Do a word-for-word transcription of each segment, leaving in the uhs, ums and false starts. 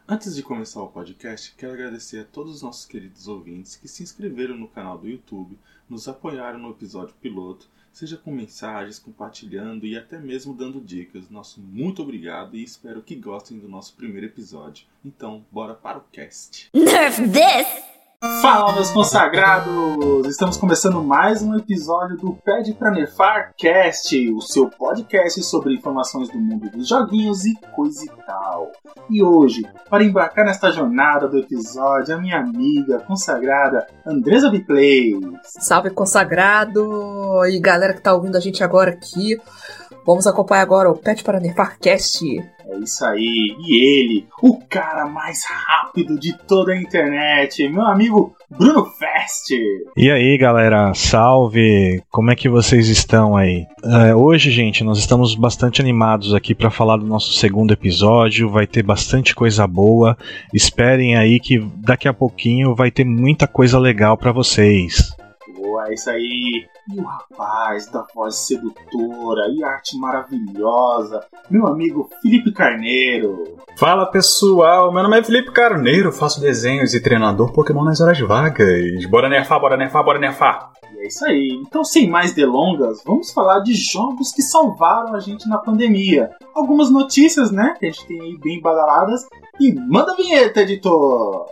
Antes de começar o podcast, quero agradecer a todos os nossos queridos ouvintes que se inscreveram no canal do YouTube, nos apoiaram no episódio piloto, seja com mensagens, compartilhando e até mesmo dando dicas. Nosso muito obrigado e espero que gostem do nosso primeiro episódio. Então, bora para o cast. Nerf this! Fala, meus consagrados! Estamos começando mais um episódio do Pede Pra Nerfar Cast, o seu podcast sobre informações do mundo dos joguinhos e coisa e tal. E hoje, para embarcar nesta jornada do episódio, a minha amiga consagrada Andresa Biplay. Salve, consagrado! E galera que tá ouvindo a gente agora aqui, vamos acompanhar agora o Pede Pra Nerfar Cast. É isso aí, e ele, o cara mais rápido de toda a internet, meu amigo Bruno Fest. E aí galera, salve, como é que vocês estão aí? É, hoje, gente, nós estamos bastante animados aqui para falar do nosso segundo episódio, vai ter bastante coisa boa, esperem aí que daqui a pouquinho vai ter muita coisa legal para vocês. Boa, é isso aí. E o rapaz da voz sedutora e arte maravilhosa, meu amigo Felipe Carneiro. Fala pessoal, meu nome é Felipe Carneiro, faço desenhos e treinador Pokémon nas horas vagas. Bora nerfar, bora nerfar, bora nerfar. E é isso aí, então sem mais delongas, vamos falar de jogos que salvaram a gente na pandemia. Algumas notícias, né, que a gente tem aí bem badaladas. E manda a vinheta, editor!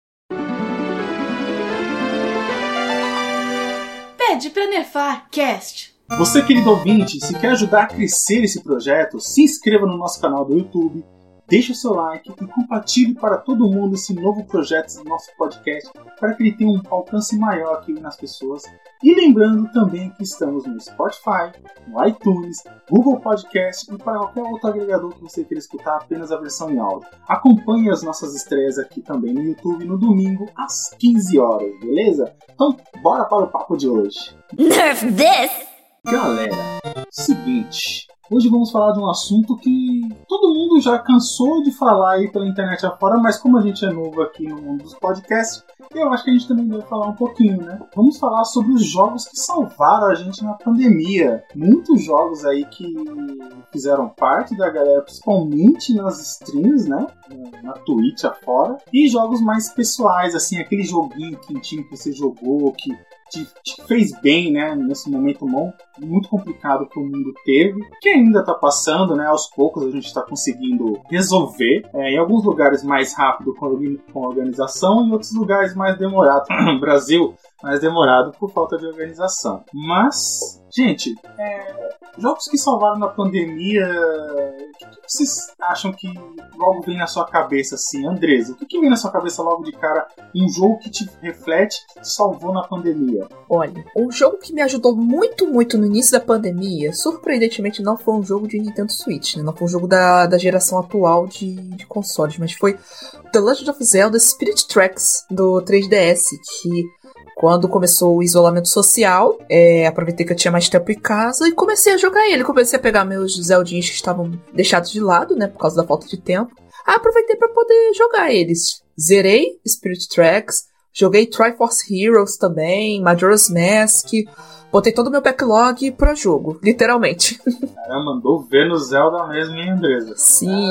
Pede Pra Nerfar Cast. Você, querido ouvinte, se quer ajudar a crescer esse projeto, se inscreva no nosso canal do YouTube, deixe o seu like e compartilhe para todo mundo esse novo projeto do nosso podcast para que ele tenha um alcance maior aqui nas pessoas. E lembrando também que estamos no Spotify, no iTunes, Google Podcast e para qualquer outro agregador que você queira escutar apenas a versão em áudio. Acompanhe as nossas estreias aqui também no YouTube no domingo às quinze horas, beleza? Então, bora para o papo de hoje. Nerf this! Galera, seguinte, hoje vamos falar de um assunto que todo mundo já cansou de falar aí pela internet afora, mas como a gente é novo aqui no mundo dos podcasts, eu acho que a gente também deve falar um pouquinho, né? Vamos falar sobre os jogos que salvaram a gente na pandemia. Muitos jogos aí que fizeram parte da galera, principalmente nas streams, né? Na Twitch afora. E jogos mais pessoais, assim, aquele joguinho quentinho que você jogou, que te, te fez bem, né? Nesse momento muito complicado que o mundo teve, que ainda tá passando, né? Aos poucos a gente tá conseguindo resolver. É, em alguns lugares mais rápido com a organização, em outros lugares mais demorado. Brasil, mais demorado por falta de organização. Mas, gente, é, jogos que salvaram na pandemia, o que, que vocês acham que logo vem na sua cabeça, assim? Andresa, o que, que vem na sua cabeça logo de cara? Um jogo que te reflete, que te salvou na pandemia? Olha, um jogo que me ajudou muito, muito no início da pandemia, surpreendentemente não foi um jogo de Nintendo Switch, né? Não foi um jogo da, da geração atual de, de consoles, mas foi The Legend of Zelda Spirit Tracks do três D S, que quando começou o isolamento social, é, aproveitei que eu tinha mais tempo em casa e comecei a jogar ele. Comecei a pegar meus Zeldinhos que estavam deixados de lado, né, por causa da falta de tempo. Aí aproveitei para poder jogar eles. Zerei Spirit Tracks, joguei Triforce Heroes também, Majora's Mask. Botei todo o meu backlog pro jogo, literalmente. Caramba, mandou ver no Zelda mesmo, hein, Andresa? Sim.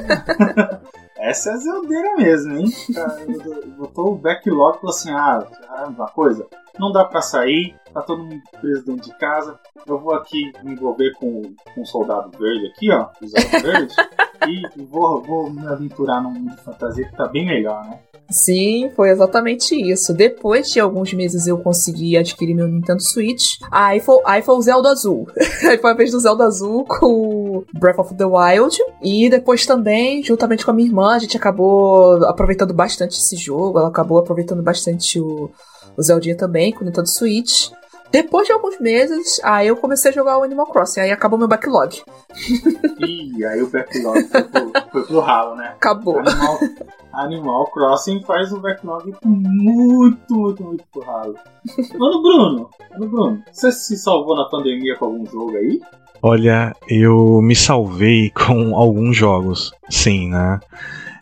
Essa é zeldeira mesmo, hein? Botou o backlog e falou assim, ah, uma coisa, não dá pra sair, tá todo mundo preso dentro de casa, eu vou aqui me envolver com, com o soldado verde aqui, ó, o Zelda verde, e vou, vou me aventurar num mundo de fantasia que tá bem melhor, né? Sim, foi exatamente isso. Depois de alguns meses eu consegui adquirir meu Nintendo Switch. Aí foi, aí foi o Zelda Azul. Aí foi a vez do Zelda Azul com Breath of the Wild. E depois também, juntamente com a minha irmã, a gente acabou aproveitando bastante esse jogo. Ela acabou aproveitando bastante o, o Zeldinha também com o Nintendo Switch. Depois de alguns meses, aí eu comecei a jogar o Animal Crossing. Aí acabou meu backlog. Ih, aí o backlog foi pro, foi pro ralo, né? Acabou. Animal, Animal Crossing faz o backlog muito, muito, muito pro ralo. Mano Bruno, Mano Bruno, você se salvou na pandemia com algum jogo aí? Olha, eu me salvei com alguns jogos, sim, né?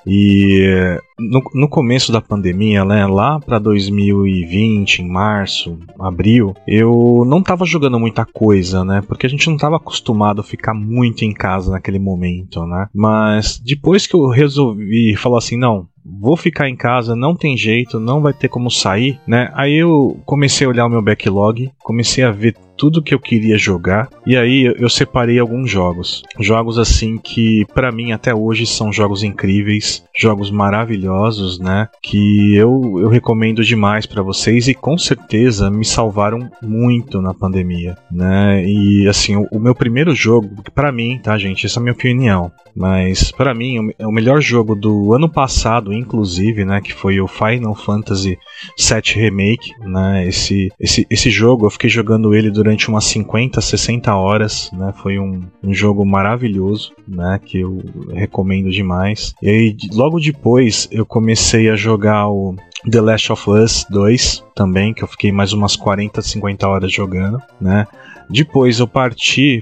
E no, no começo da pandemia, né, lá para dois mil e vinte, em março, abril, eu não tava jogando muita coisa, né, porque a gente não tava acostumado a ficar muito em casa naquele momento, né, mas depois que eu resolvi falar assim, não, vou ficar em casa, não tem jeito, não vai ter como sair, né? Aí eu comecei a olhar o meu backlog, comecei a ver tudo que eu queria jogar, e aí eu separei alguns jogos. Jogos assim que pra mim até hoje são jogos incríveis, jogos maravilhosos, né? Que eu, eu recomendo demais pra vocês e com certeza me salvaram muito na pandemia, né? E assim, o, o meu primeiro jogo, pra mim, tá gente, essa é a minha opinião, mas pra mim o, o melhor jogo do ano passado, inclusive, né? Que foi o Final Fantasy sete Remake, né? Esse, esse, esse jogo eu fiquei jogando ele durante durante umas cinquenta, sessenta horas, né? Foi um, um jogo maravilhoso, né? Que eu recomendo demais. E aí, logo depois, eu comecei a jogar o The Last of Us dois também, que eu fiquei mais umas quarenta, cinquenta horas jogando, né? Depois eu parti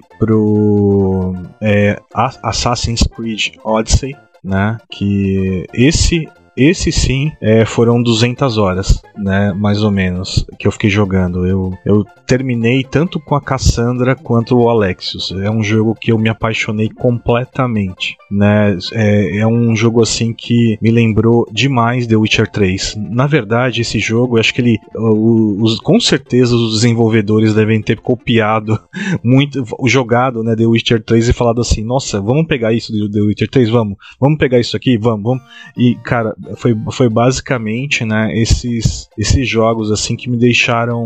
pro é, Assassin's Creed Odyssey, né? Que esse... Esse sim, é, foram duzentas horas, né, mais ou menos, que eu fiquei jogando. Eu, eu terminei tanto com a Cassandra quanto o Alexios. É um jogo que eu me apaixonei completamente, né. É, é um jogo assim que me lembrou demais The Witcher três. Na verdade, esse jogo, eu acho que ele, os, com certeza os desenvolvedores devem ter copiado muito, jogado, né, The Witcher três e falado assim, nossa, vamos pegar isso do The Witcher três, vamos, vamos pegar isso aqui, vamos, vamos. E, cara, Foi, foi basicamente, né, esses, esses jogos assim que me deixaram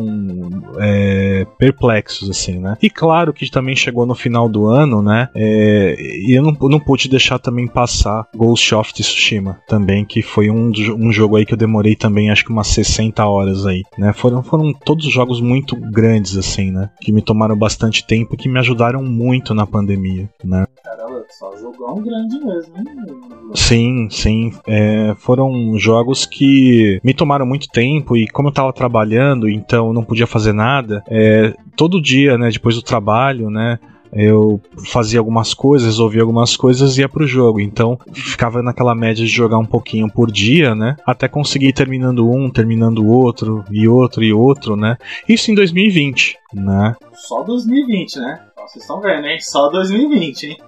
é, perplexos, assim, né? E claro que também chegou no final do ano, né? É, e eu não, não pude deixar também passar Ghost of Tsushima também, que foi um, um jogo aí que eu demorei também acho que umas sessenta horas aí, né? Foram, foram todos jogos muito grandes, assim, né? Que me tomaram bastante tempo e que me ajudaram muito na pandemia, né? Caramba, só jogão grande mesmo, hein? Sim, sim. É, foram jogos que me tomaram muito tempo e como eu tava trabalhando, então eu não podia fazer nada, é, todo dia, né, depois do trabalho, né, eu fazia algumas coisas, resolvia algumas coisas e ia pro jogo. Então ficava naquela média de jogar um pouquinho por dia, né? Até conseguir ir terminando um, terminando o outro, e outro, e outro, né? Isso em dois mil e vinte, né? Só dois mil e vinte, né? Vocês estão vendo, hein? Só dois mil e vinte, hein?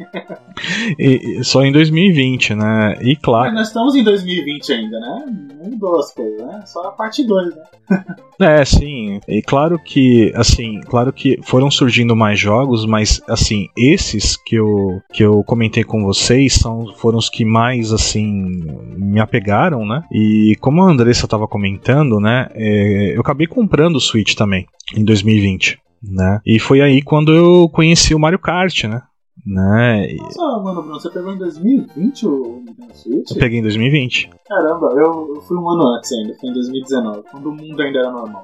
e, só em dois mil e vinte, né? E claro... Mas nós estamos em dois mil e vinte ainda, né? Não mudou as coisas, né? Só a parte dois, né? É, sim. E claro que, assim, claro que foram surgindo mais jogos, mas, assim, esses que eu, que eu comentei com vocês são, foram os que mais, assim, me apegaram, né? E como a Andressa estava comentando, né? É, eu acabei comprando o Switch também, em dois mil e vinte. Né? E foi aí quando eu conheci o Mario Kart, né? né? Nossa, mano, Bruno, você pegou em dois mil e vinte o Nintendo Switch? Eu peguei em dois mil e vinte. Caramba, eu, eu fui um ano antes ainda, foi em dois mil e dezenove, quando o mundo ainda era normal.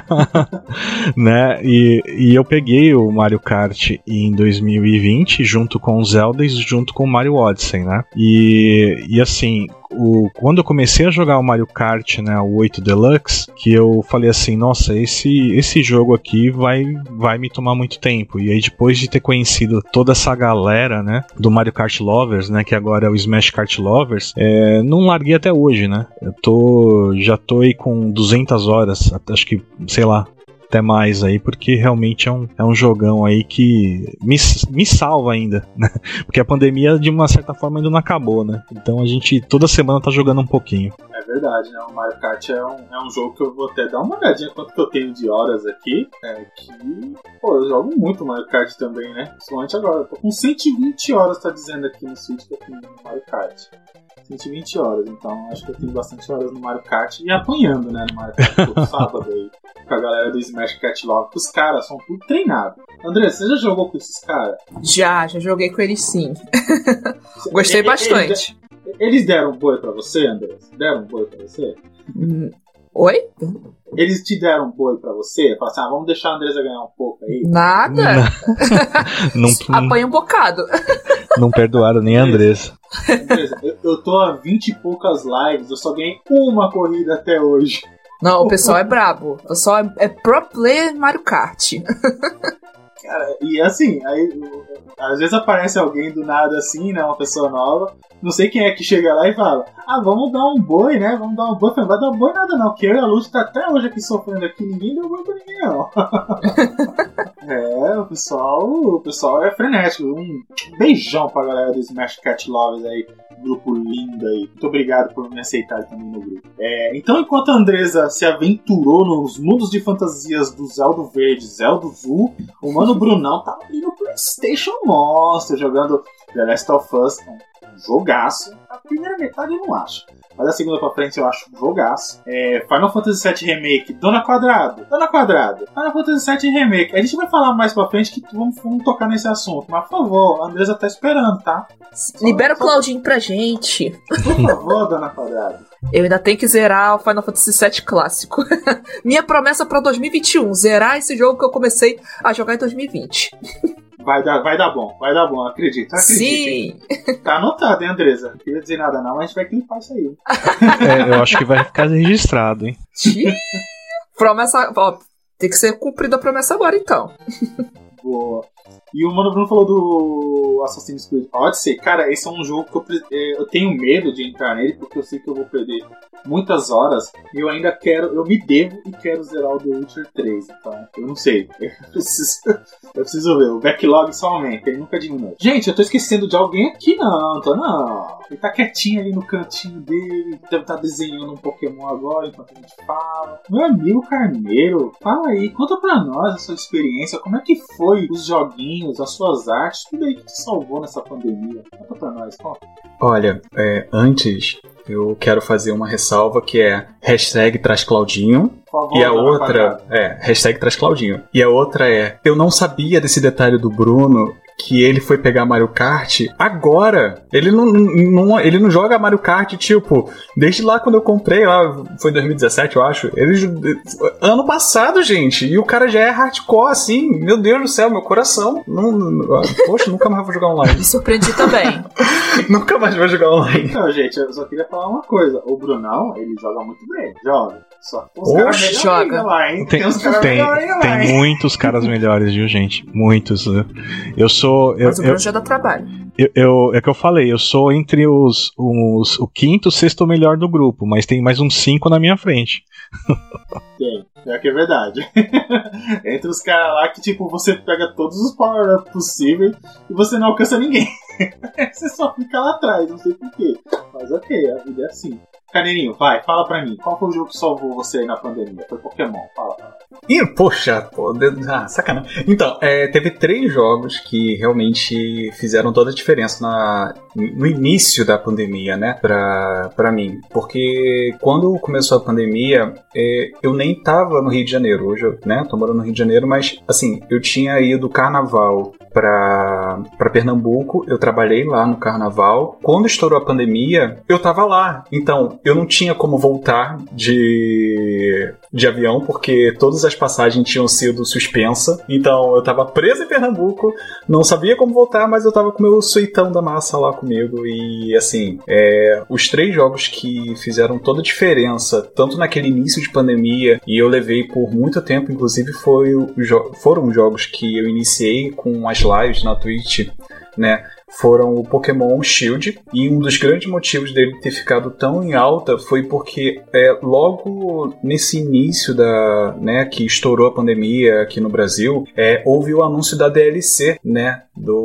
né? E, e eu peguei o Mario Kart em dois mil e vinte, junto com o Zelda e junto com o Mario Odyssey, né? E, e assim... O, quando eu comecei a jogar o Mario Kart, né, o oito Deluxe, que eu falei assim, nossa, esse, esse jogo aqui vai, vai me tomar muito tempo. E aí depois de ter conhecido toda essa galera, né, do Mario Kart Lovers, né, que agora é o Smash Kart Lovers, é, não larguei até hoje, né. Eu tô, já tô aí com duzentas horas, acho que, sei lá, até mais aí, porque realmente é um, é um jogão aí que me, me salva ainda, né? Porque a pandemia de uma certa forma ainda não acabou, né? Então a gente toda semana tá jogando um pouquinho. É verdade, né? O Mario Kart é um, é um jogo que eu vou até dar uma olhadinha quanto que eu tenho de horas aqui. É que, pô, eu jogo muito Mario Kart também, né? Principalmente agora. Eu tô com cento e vinte horas, tá dizendo aqui no Switch que eu tenho no Mario Kart. cento e vinte horas, então acho que eu tenho bastante horas no Mario Kart e apanhando, né, no Mario Kart todo sábado aí, com a galera do Smash Kart Love, que os caras são tudo treinados. André, você já jogou com esses caras? Já, já joguei com eles sim. Gostei eles, bastante. Eles deram um boi pra você, André? Deram um boi pra você? Hum. Oi? Eles te deram um boi pra você? Falaram assim, ah, vamos deixar a Andresa ganhar um pouco aí? Nada. Não, apanha um bocado. Não perdoaram nem a Andressa. Andresa, eu, eu tô há vinte e poucas lives, eu só ganhei uma corrida até hoje. Não, o pessoal é brabo. O pessoal é, é pro player Mario Kart. Cara, e assim, aí às vezes aparece alguém do nada assim, né? Uma pessoa nova. Não sei quem é que chega lá e fala: ah, vamos dar um boi, né? Vamos dar um boi. Não vai dar um boi nada não, porque eu e a Luz tá até hoje aqui sofrendo aqui. Ninguém deu boi pra ninguém, não. É, o pessoal, o pessoal é frenético. Um beijão pra galera do Smash Cat Lovers aí. Grupo lindo aí. Muito obrigado por me aceitar também no grupo. É, então, enquanto a Andresa se aventurou nos mundos de fantasias do Zelda Verde, Zelda Azul, o mano Brunão tava ali no PlayStation Monster jogando The Last of Us. Um jogaço. A primeira metade eu não acho, mas a segunda pra frente eu acho um jogaço. É, Final Fantasy sete Remake, Dona Quadrado, Dona Quadrado, Final Fantasy sete Remake. A gente vai falar mais pra frente que vamos, vamos tocar nesse assunto, mas por favor, a Andresa tá esperando, tá? Libera o Claudinho pra gente. Por favor, Dona Quadrado. Eu ainda tenho que zerar o Final Fantasy sete clássico. Minha promessa pra dois mil e vinte e um, zerar esse jogo que eu comecei a jogar em dois mil e vinte. Vai dar, vai dar bom, vai dar bom, acredito, acredito. Sim! Hein? Tá anotado, hein, Andresa? Não queria dizer nada não, mas a gente vai clipar isso aí. É, eu acho que vai ficar registrado, hein? Promessa, ó, tem que ser cumprida a promessa agora, então. Boa. E o Mano Bruno falou do Assassin's Creed Odyssey. Cara, esse é um jogo que eu, eu tenho medo de entrar nele, porque eu sei que eu vou perder muitas horas. E eu ainda quero, eu me devo e quero zerar o The Witcher três. Então, eu não sei. Eu preciso, eu preciso ver. O backlog só aumenta, ele nunca diminui. Gente, eu tô esquecendo de alguém aqui, não, tô não. Ele tá quietinho ali no cantinho dele. Deve estar desenhando um Pokémon agora enquanto a gente fala. Meu amigo Carneiro, fala aí, conta pra nós a sua experiência. Como é que foi os joguinhos, as suas artes, tudo aí que te salvou nessa pandemia? Conta pra nós, conta. Olha, é, antes eu quero fazer uma ressalva que é hashtag traz Claudinho. Favor, e a outra é hashtag traz Claudinho. E a outra é, eu não sabia desse detalhe do Bruno, que ele foi pegar Mario Kart agora. Ele não, não, ele não joga Mario Kart, tipo, desde lá quando eu comprei, lá foi em dois mil e dezessete, eu acho. Ele, ano passado, gente. E o cara já é hardcore, assim. Meu Deus do céu, meu coração. Não, não, poxa, nunca mais vou jogar online. Me surpreendi também. Nunca mais vou jogar online. Então, gente, eu só queria falar uma coisa. O Brunão, ele joga muito bem. Joga. Só tem uns caras melhores lá, hein? Tem, tem uns caras tem, melhores lá, tem hein? muitos caras melhores, viu, gente? Muitos. Eu sou... Eu, Mas o Bruno eu, já dá trabalho. Eu, eu, é que eu falei, eu sou entre os, os o quinto, sexto melhor do grupo, mas tem mais uns cinco na minha frente. Tem, é que é verdade. Entre os caras lá que, tipo, você pega todos os power-ups possíveis e você não alcança ninguém. Você só fica lá atrás, não sei porquê. Mas ok, a vida é assim. Carneirinho, vai, fala pra mim. Qual foi o jogo que salvou você aí na pandemia? Foi Pokémon, fala pra mim. Ih, poxa, pô, de... ah, sacanagem. Então, é, teve três jogos que realmente fizeram toda a diferença na, no início da pandemia, né, pra, pra mim. Porque quando começou a pandemia, é, eu nem tava no Rio de Janeiro. Hoje eu, né, tô morando no Rio de Janeiro, mas, assim, eu tinha ido carnaval pra, pra Pernambuco, eu trabalhei lá no carnaval. Quando estourou a pandemia, eu tava lá. Então, eu não tinha como voltar de, de avião, porque todas as passagens tinham sido suspensas. Então, eu tava preso em Pernambuco, não sabia como voltar, mas eu tava com o meu suitão da massa lá comigo. E, assim, é, os três jogos que fizeram toda a diferença, tanto naquele início de pandemia, e eu levei por muito tempo, inclusive foi o, foram jogos que eu iniciei com as lives na Twitch, né? Foram o Pokémon Shield, e um dos grandes motivos dele ter ficado tão em alta foi porque é, logo nesse início da, né, que estourou a pandemia aqui no Brasil, é, houve o anúncio da D L C, né,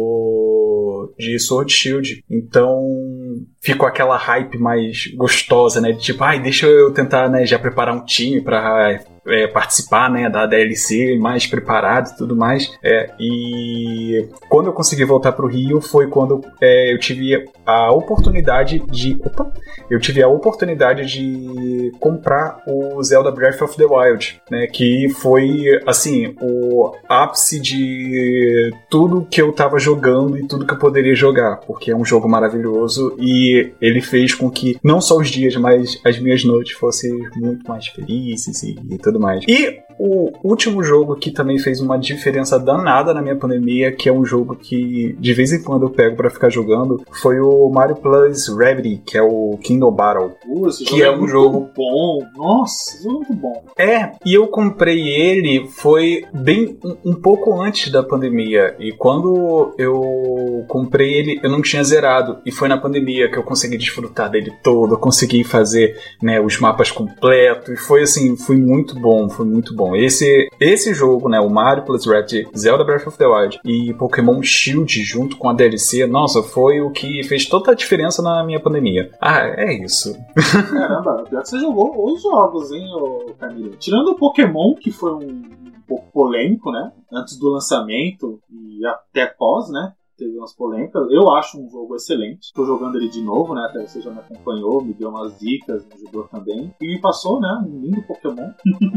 do, de Sword Shield. Então ficou aquela hype mais gostosa, né, de tipo, ai, deixa eu tentar, né, já preparar um time pra é, participar, né, da D L C mais preparado e tudo mais. É, e quando eu consegui voltar pro Rio foi quando é, eu tive a oportunidade de opa, eu tive a oportunidade de comprar o Zelda Breath of the Wild, né, que foi assim o ápice de tudo que eu tava jogando e tudo que eu poderia jogar, porque é um jogo maravilhoso e ele fez com que não só os dias, mas as minhas noites fossem muito mais felizes e, e tudo mais. E o último jogo que também fez uma diferença danada na minha pandemia, que é um jogo que de vez em quando eu pego pra ficar jogando, foi o Mario Plus Rabbids, que é o Kingdom Battle. Uh, esse que jogo é, é um muito jogo bom. Nossa, esse jogo é muito bom. É, e eu comprei ele foi bem um, um pouco antes da pandemia. E quando eu comprei ele, eu não tinha zerado. E foi na pandemia que eu consegui desfrutar dele todo, eu consegui fazer, né, os mapas completos. E foi assim, foi muito bom, foi muito bom. Esse, esse jogo, né, o Mario Plus Rabbids, Zelda Breath of the Wild e Pokémon Shield junto com a D L C, nossa, foi o que fez toda a diferença na minha pandemia. Ah, é isso. Caramba, pior que você jogou os jogos, hein, ô Camilo? Tirando o Pokémon, que foi um, um pouco polêmico, né? Antes do lançamento e até pós, né? Teve umas polêmicas. Eu acho um jogo excelente. Estou jogando ele de novo, né? Até você já me acompanhou, me deu umas dicas, me ajudou também. E me passou, né? Um lindo Pokémon.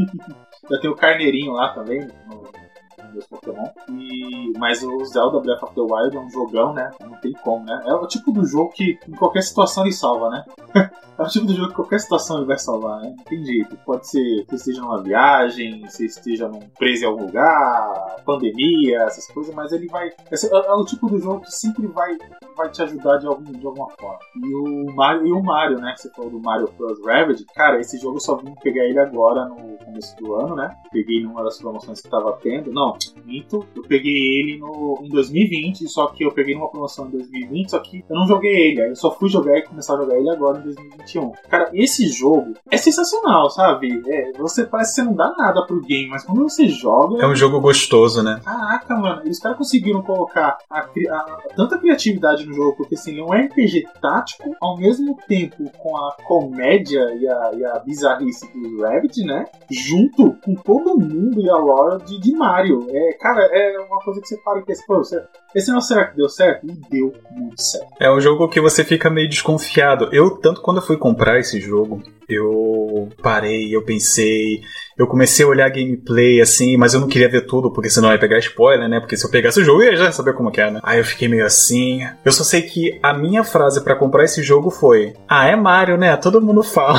Já tem o Carneirinho lá também, no, no meus Pokémon. E, mas o Zelda Breath of the Wild é um jogão, né? Não tem como, né? É o tipo do jogo que em qualquer situação ele salva, né? É o tipo do jogo que qualquer situação ele vai salvar, né? Não tem jeito. Pode ser que você esteja numa viagem, você esteja num preso em algum lugar, pandemia, essas coisas, mas ele vai... Esse é, é o tipo do jogo que sempre vai, vai te ajudar de, algum, de alguma forma. E o Mario, e o Mario, né? Que você falou do Mario Plus Rabbids. Cara, esse jogo eu só vim pegar ele agora no começo do ano, né? Peguei numa das promoções que tava tendo. Não, minto. Eu peguei ele no, em dois mil e vinte, só que eu peguei numa promoção em dois mil e vinte, só que eu não joguei ele. Aí eu só fui jogar e começar a jogar ele agora em dois mil e vinte e um. Cara, esse jogo é sensacional, sabe? É, você parece que você não dá nada pro game, mas quando você joga... É um jogo gostoso, né? Caraca, mano. Os caras conseguiram colocar a, a, tanta criatividade no jogo, porque assim, ele é um R P G tático, ao mesmo tempo com a comédia e a, e a bizarrice do Rabbids, né? Junto com todo mundo e a lore de, de Mario. É, cara, é uma coisa que você para e pensa, pô, você... Esse não será que deu certo? E deu muito certo. É um jogo que você fica meio desconfiado. Eu, tanto quando eu fui comprar esse jogo, eu parei, eu pensei, eu comecei a olhar a gameplay assim, mas eu não queria ver tudo, porque senão eu ia pegar spoiler, né? Porque se eu pegasse o jogo, eu ia já saber como que é, né? Aí eu fiquei meio assim. Eu só sei que a minha frase pra comprar esse jogo foi: ah, é Mario, né? Todo mundo fala.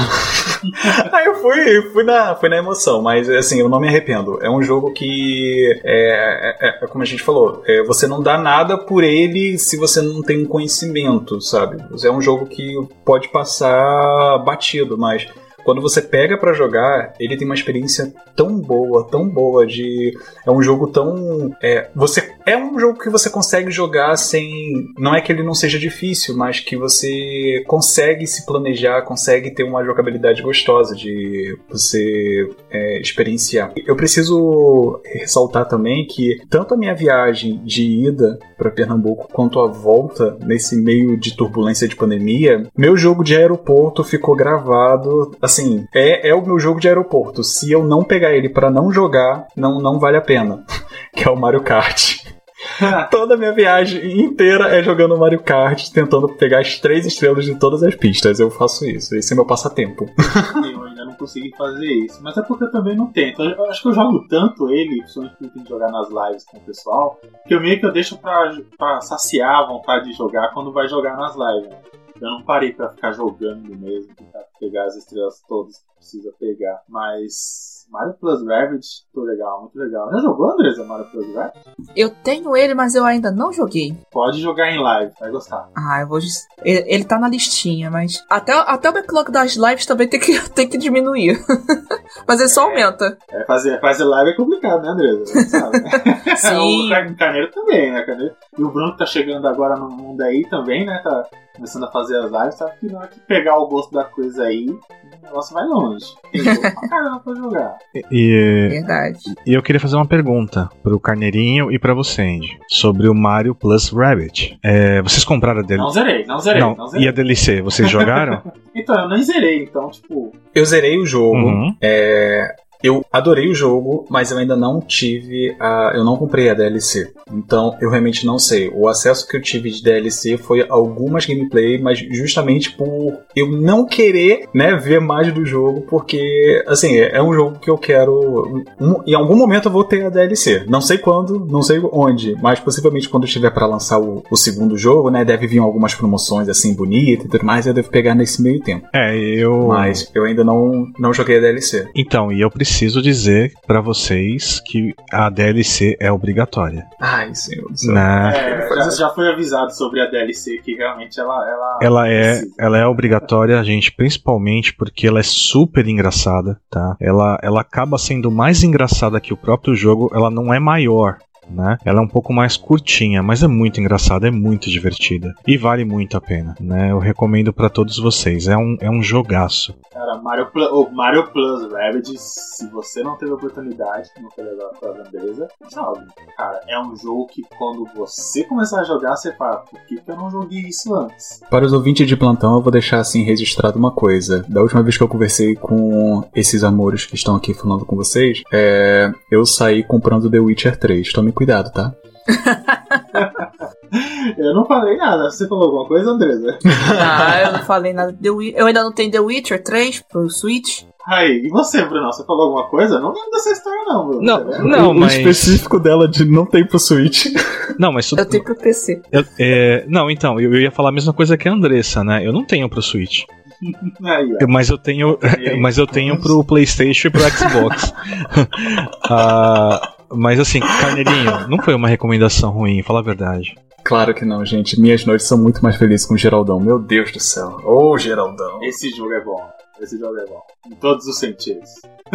Aí eu fui, fui, na, fui na emoção, mas assim, eu não me arrependo. É um jogo que, é, é, é como a gente falou, é, você não dá nada por ele se você não tem um conhecimento, sabe? É um jogo que pode passar batido, mas quando você pega pra jogar, ele tem uma experiência tão boa, tão boa de... É um jogo tão... É, você, é um jogo que você consegue jogar sem... Não é que ele não seja difícil, mas que você consegue se planejar, consegue ter uma jogabilidade gostosa de você é, experienciar. Eu preciso ressaltar também que tanto a minha viagem de ida pra Pernambuco quanto a volta, nesse meio de turbulência de pandemia, meu jogo de aeroporto ficou gravado... Assim, é, é o meu jogo de aeroporto. Se eu não pegar ele pra não jogar, não, não vale a pena. Que é o Mario Kart. Toda a minha viagem inteira é jogando Mario Kart, tentando pegar as três estrelas de todas as pistas. Eu faço isso. Esse é meu passatempo. Eu ainda não consegui fazer isso. Mas é porque eu também não tento. Eu acho que eu jogo tanto ele, principalmente porque eu tenho que jogar nas lives com o pessoal, que eu meio que eu deixo pra, pra saciar a vontade de jogar quando vai jogar nas lives. Eu não parei pra ficar jogando mesmo, tentar pegar as estrelas todas que precisa pegar. Mas Mario Plus Rabbids, muito legal, muito legal. Já jogou, Andresa, Mario Plus Rabbids? Eu tenho ele, mas eu ainda não joguei. Pode jogar em live, vai gostar. Ah, eu vou... Ele, ele tá na listinha, mas... Até, até o backlog das lives também tem que, tem que diminuir. Mas ele só aumenta. É, fazer, fazer live é complicado, né, Andresa? Você sabe, né? Sim. O Carneiro também, né, Carneiro? E o Bruno que tá chegando agora no mundo aí também, né, tá começando a fazer as lives, sabe que na hora que pegar o gosto da coisa aí, o negócio vai longe. Tem jogo pra caramba pra jogar. E, Verdade. E eu queria fazer uma pergunta pro Carneirinho e pra você, Andy, sobre o Mario Plus Rabbids. É, vocês compraram a D L C? Não zerei, não zerei. Não, não zerei. E a D L C, vocês jogaram? Então, eu nem zerei, então, tipo... Eu zerei o jogo, Uhum. é... Eu adorei o jogo, mas eu ainda não tive a... Eu não comprei a D L C. Então, eu realmente não sei. O acesso que eu tive de D L C foi algumas gameplay, mas justamente por eu não querer, né, ver mais do jogo, porque, assim, é um jogo que eu quero... Um, em algum momento eu vou ter a D L C. Não sei quando, não sei onde, mas possivelmente quando estiver para lançar o, o segundo jogo, né, deve vir algumas promoções, assim, bonitas e tudo mais, eu devo pegar nesse meio tempo. É, eu... Mas eu ainda não, não joguei a D L C. Então, e eu preciso preciso dizer pra vocês que a D L C é obrigatória. Ai, senhor do céu. Né? É, já, já foi avisado sobre a D L C que realmente ela ela, Ela é, precisa. ela é obrigatória, gente, principalmente porque ela é super engraçada, tá? Ela, ela acaba sendo mais engraçada que o próprio jogo, ela não é maior, né? Ela é um pouco mais curtinha, mas é muito engraçada, é muito divertida e vale muito a pena, né? Eu recomendo pra todos vocês, é um, é um jogaço. Cara, Mario Plus, oh, Mario Plus Rabbids, se você não teve oportunidade, não foi legal pra Andresa, jogue. Cara, é um jogo que quando você começar a jogar, você fala, por que, que eu não joguei isso antes? Para os ouvintes de plantão, eu vou deixar assim registrado uma coisa. Da última vez que eu conversei com esses amores que estão aqui falando com vocês, é... eu saí comprando The Witcher três. Tome cuidado, tá? Eu não falei nada. Você falou alguma coisa, Andresa? Ah, eu não falei nada de The Witcher. Eu ainda não tenho The Witcher três pro Switch. Aí, e você, Bruno? Você falou alguma coisa? Eu não lembro dessa história, não, Bruno. Não, Tá não, o mas... específico dela de não ter pro Switch. Não, mas... Eu tenho pro P C. Eu, é, não, então, eu ia falar a mesma coisa que a Andressa, né? Eu não tenho pro Switch. Aí, ó. Mas eu tenho, mas eu tenho pro PlayStation e pro Xbox. ah, mas assim, Carneirinho, não foi uma recomendação ruim, fala a verdade. Claro que não, gente. Minhas noites são muito mais felizes com o Geraldão. Meu Deus do céu. Ô, oh, Geraldão. Esse jogo é bom. Esse jogo é bom. Em todos os sentidos.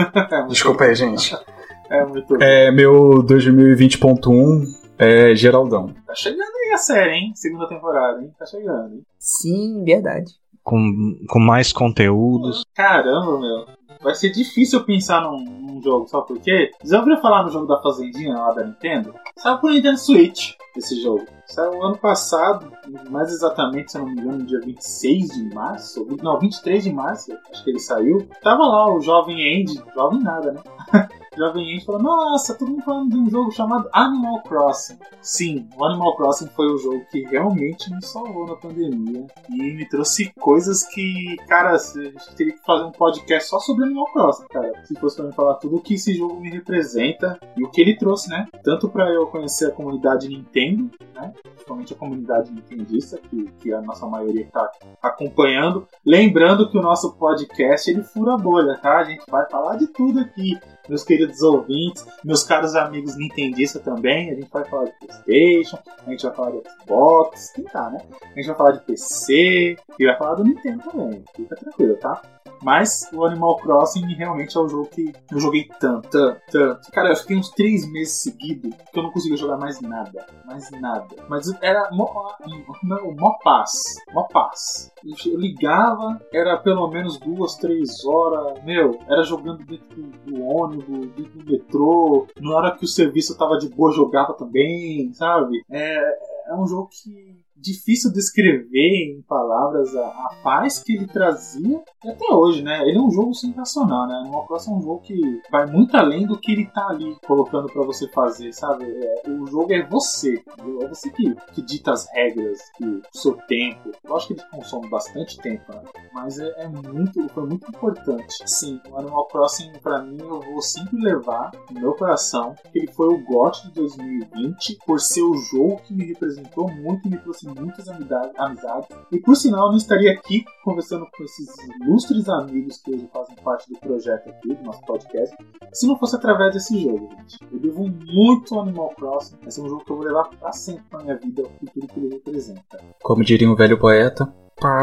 É Desculpa aí, gente. É muito bom. É, meu dois mil e vinte ponto um é Geraldão. Tá chegando aí a série, hein? Segunda temporada, hein? Tá chegando, hein? Sim, verdade. Com, com mais conteúdos. Caramba, meu. Vai ser difícil pensar num, num jogo, sabe por quê? Você já ouviu falar no jogo da Fazendinha lá da Nintendo? Saiu pro Nintendo Switch esse jogo. Saiu ano passado, mais exatamente, se eu não me engano, no dia vinte e seis de março. Não, vinte e três de março, acho que ele saiu. Tava lá o jovem Andy, jovem nada, né? Jovem Andy falou, nossa, todo mundo falando de um jogo chamado Animal Crossing. Sim, o Animal Crossing foi o jogo que realmente me salvou na pandemia e me trouxe coisas que, cara, a gente teria que fazer um podcast só sobre Animal Crossing, cara. Se fosse pra mim falar tudo o que esse jogo me representa e o que ele trouxe, né? Tanto pra eu conhecer a comunidade Nintendo, né? Principalmente a comunidade nintendista, que, que a nossa maioria está acompanhando. Lembrando que o nosso podcast, ele fura a bolha, tá? A gente vai falar de tudo aqui, meus queridos ouvintes, meus caros amigos nintendistas também. A gente vai falar de PlayStation, a gente vai falar de Xbox, tentar, né? A gente vai falar de P C e vai falar do Nintendo também. Fica tranquilo, tá? Mas o Animal Crossing realmente é o jogo que eu joguei tanto, tanto, tanto. Cara, eu fiquei uns três meses seguidos que eu não conseguia jogar mais nada. Mais nada. Mas era mó, não, mó paz. Mó paz. Eu ligava, era pelo menos duas, três horas. Meu, era jogando dentro do, do ônibus, dentro do metrô. Na hora que o serviço tava de boa, jogava também, sabe? É, é um jogo que... difícil descrever em palavras a, a paz que ele trazia e até hoje, né? Ele é um jogo sensacional, né? Animal Crossing é um jogo que vai muito além do que ele tá ali colocando pra você fazer, sabe? É, o jogo é você, entendeu? É você que, que dita as regras, que, o seu tempo. Eu acho que ele consome bastante tempo, né? Mas é, é muito, foi muito importante. Sim, o Animal Crossing pra mim eu vou sempre levar no meu coração que ele foi o G O T de dois mil e vinte por ser o jogo que me representou muito e me trouxe muitas amizades, amizades. E por sinal, eu não estaria aqui conversando com esses ilustres amigos que hoje fazem parte do projeto aqui, do nosso podcast, se não fosse através desse jogo, gente. Eu devo muito ao Animal Crossing. Esse é um jogo que eu vou levar pra sempre na minha vida, o futuro que ele representa. Como diria um velho poeta.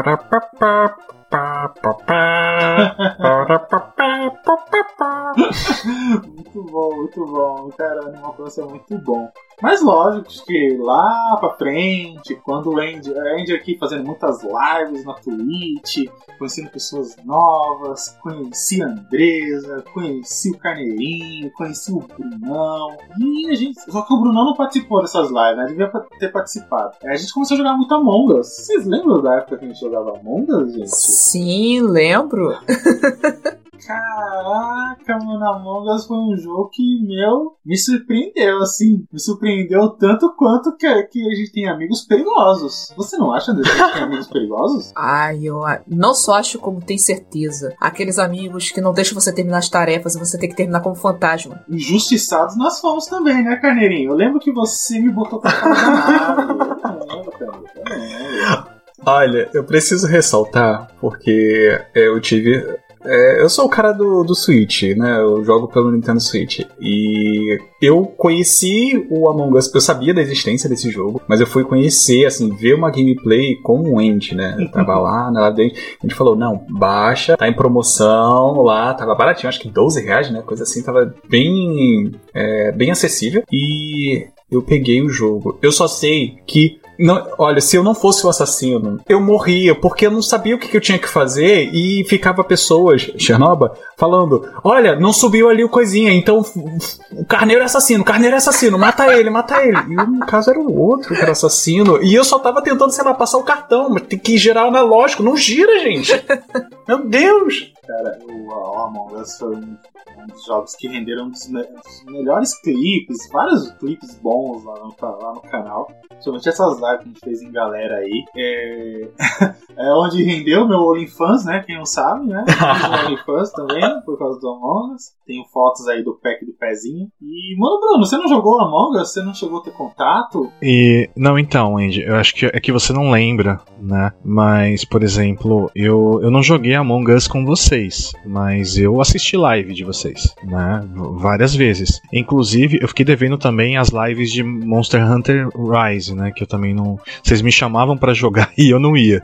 Muito bom, muito bom. Cara, o Animal Crossing é muito bom. Mas lógico que lá pra frente, quando o Andy, o Andy aqui fazendo muitas lives na Twitch, conhecendo pessoas novas, conheci a Andresa, conheci o Carneirinho, conheci o Brunão. E a gente. Só que o Brunão não participou dessas lives, né? Devia ter participado. A gente começou a jogar muito Among Us. Vocês lembram da época que a gente jogava Among Us, gente? Sim, lembro. Caraca, mano, Among Us foi um jogo que, meu, me surpreendeu, assim. Me surpreendeu tanto quanto que, que a gente tem amigos perigosos. Você não acha, André, que a gente tem amigos perigosos? Ai, eu não só acho como tenho certeza. Aqueles amigos que não deixam você terminar as tarefas e você tem que terminar como fantasma. Injustiçados nós fomos também, né, Carneirinho? Eu lembro que você me botou pra fora da nave. Eu lembro, cara. Eu lembro. Olha, eu preciso ressaltar, porque eu tive... é, eu sou o cara do, do Switch, né? Eu jogo pelo Nintendo Switch. E eu conheci o Among Us, eu sabia da existência desse jogo, mas eu fui conhecer, assim, ver uma gameplay com o Andy, né? Eu tava lá, lá dentro, a gente falou, não, baixa, tá em promoção lá, tava baratinho, acho que doze reais, né? Coisa assim, tava bem, é, bem acessível. E eu peguei o jogo. Eu só sei que não, olha, se eu não fosse o assassino, eu morria, porque eu não sabia o que, que eu tinha que fazer e ficava pessoas, Chernobyl, falando, olha, não subiu ali o coisinha, então o carneiro é assassino, o carneiro é assassino, mata ele, mata ele. E no caso era o outro que era assassino, e eu só tava tentando, sei lá, passar o cartão, mas tem que girar o analógico, não gira, gente. Meu Deus! Cara, o, o Among Us foi um, um dos jogos que renderam um dos, me- dos melhores clipes, vários clipes bons lá no, lá no canal. Principalmente essas lives que a gente fez em galera aí. É, é onde rendeu meu OnlyFans, né? Quem não sabe, né? Fiz o OnlyFans também, por causa do Among Us. Tenho fotos aí do pack do pezinho. E, mano, Bruno, você não jogou Among Us? Você não chegou a ter contato? E não, então, Andy, eu acho que é que você não lembra, né? Mas, por exemplo, eu, eu não joguei Among Us com vocês, mas eu assisti live de vocês, né? V- Várias vezes. Inclusive, eu fiquei devendo também as lives de Monster Hunter Rise, né? Que eu também não. Vocês me chamavam pra jogar e eu não ia.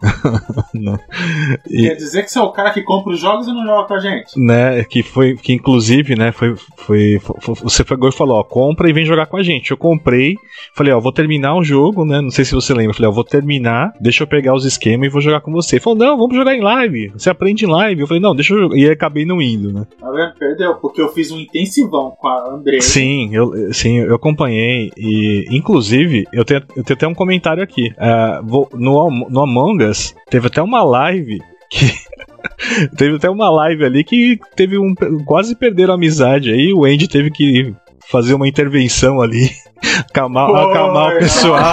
Né? E, Quer dizer que você é o cara que compra os jogos e não joga com a gente? né, que foi, que inclusive, né, foi, foi, foi você pegou e falou, ó, compra e vem jogar com a gente. Eu comprei, falei, ó, vou terminar o jogo, né, não sei se você lembra, falei, ó, vou terminar, deixa eu pegar os esquemas e vou jogar com você. Ele falou, não, vamos jogar em live, você aprende em live. Eu falei, não, deixa eu jogar, e aí acabei não indo, né. Tá vendo? Perdeu, porque eu fiz um intensivão com a Andressa. Sim, eu, sim, eu acompanhei e, inclusive, eu tenho, eu tenho até um comentário aqui, uh, vou, no, no Among Us, teve até uma live que... Teve até uma live ali que teve um. Quase perderam a amizade aí. O Andy teve que fazer uma intervenção ali. Acalmar, Pô, acalmar o pessoal.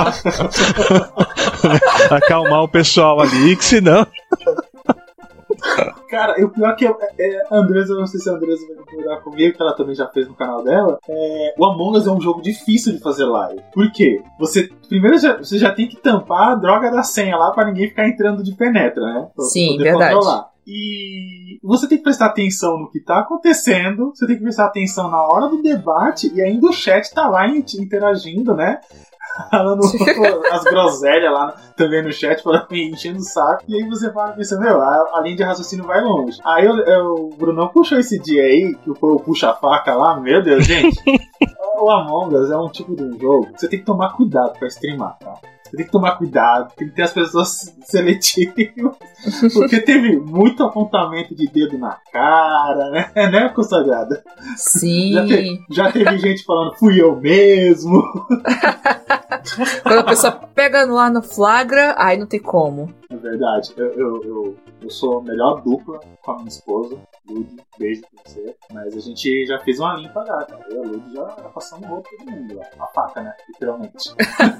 Acalmar o pessoal ali, que senão. Cara, e o pior é que é, é, a Andressa, eu não sei se a Andressa vai concordar comigo, que ela também já fez no canal dela. É, o Among Us é um jogo difícil de fazer live. Por quê? Você, primeiro, já, você já tem que tampar a droga da senha lá pra ninguém ficar entrando de penetra, né? Pra Sim, poder verdade. controlar. E você tem que prestar atenção no que tá acontecendo, você tem que prestar atenção na hora do debate e ainda o chat tá lá interagindo, né? Falando as groselhas lá também no chat, falando, enchendo o saco. E aí você fala, pensa, meu, a, a linha de raciocínio vai longe. Aí eu, eu, o Brunão puxou esse dia aí, que foi o puxa-faca lá, meu Deus, gente. O Among Us é um tipo de um jogo que você tem que tomar cuidado pra streamar, tá? Você tem que tomar cuidado, tem que ter as pessoas seletivas, porque teve muito apontamento de dedo na cara, né, né, consagrada? Sim. Já, te, já teve gente falando, fui eu mesmo. Quando a pessoa pega lá no flagra, aí não tem como. É verdade, eu, eu, eu, eu sou a melhor dupla com a minha esposa, Lud, beijo pra você. Mas a gente já fez uma limpa já, cara. Eu e a Lud já, já passamos roupa todo mundo lá. A faca, né? Literalmente.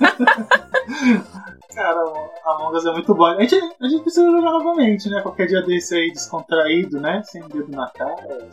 Cara, a Among Us é muito bom. A gente, a gente precisa jogar novamente, né? Qualquer dia desse aí descontraído, né? Sem dedo na cara.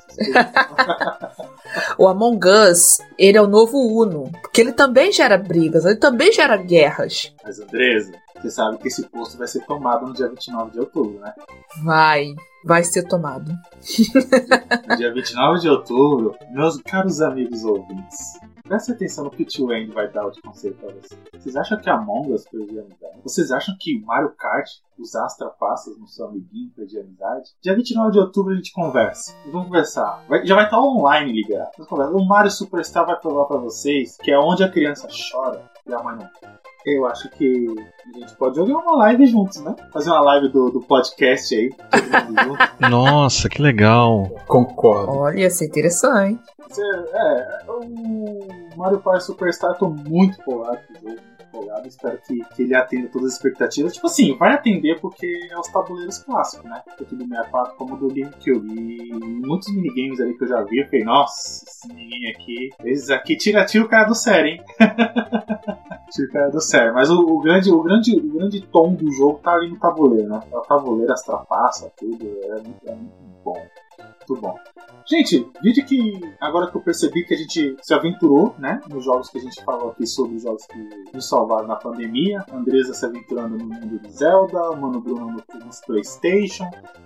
O Among Us, ele é o novo Uno. Porque ele também gera brigas, ele também gera guerras. Mas, Andresa, você sabe que esse posto vai ser tomado no dia vinte e nove de outubro, né? Vai, vai ser tomado. No dia vinte e nove de outubro, meus caros amigos ouvintes, prestem atenção no que o tio Andy vai dar de conselho pra vocês. Vocês acham que a Among Us perdia amizade? Vocês acham que Mario Kart usar as trapaças no seu amiguinho perdia amizade? Dia vinte e nove de outubro a gente conversa. Vamos conversar. Vai, já vai estar online ligado. O Mario Superstar vai provar pra vocês que é onde a criança chora e a mãe não quer. Eu acho que a gente pode jogar uma live juntos, né? Fazer uma live do, do podcast aí, todo mundo junto. Nossa, que legal. Concordo. Olha, ia ser interessante. Você, é, o Mario Party Superstar, eu tô muito empolgado com o jogo, muito empolgado. Espero que, que ele atenda todas as expectativas. Tipo assim, vai atender porque é os tabuleiros clássicos, né? Tanto do sessenta e quatro como do GameCube. E muitos minigames ali que eu já vi, eu falei, nossa, esse menininho aqui, esses aqui tira tira o cara do sério, hein? Tira o cara do sério. Mas o, o, grande, o, grande, o grande tom do jogo tá ali no tabuleiro, né? O tabuleiro, as trapaças, tudo, é muito, é muito bom. Muito bom. Gente, vídeo que agora que eu percebi que a gente se aventurou, né, nos jogos que a gente falou aqui sobre os jogos que nos salvaram na pandemia. A Andresa se aventurando no mundo de Zelda, o Mano Bruno no, nos PlayStation,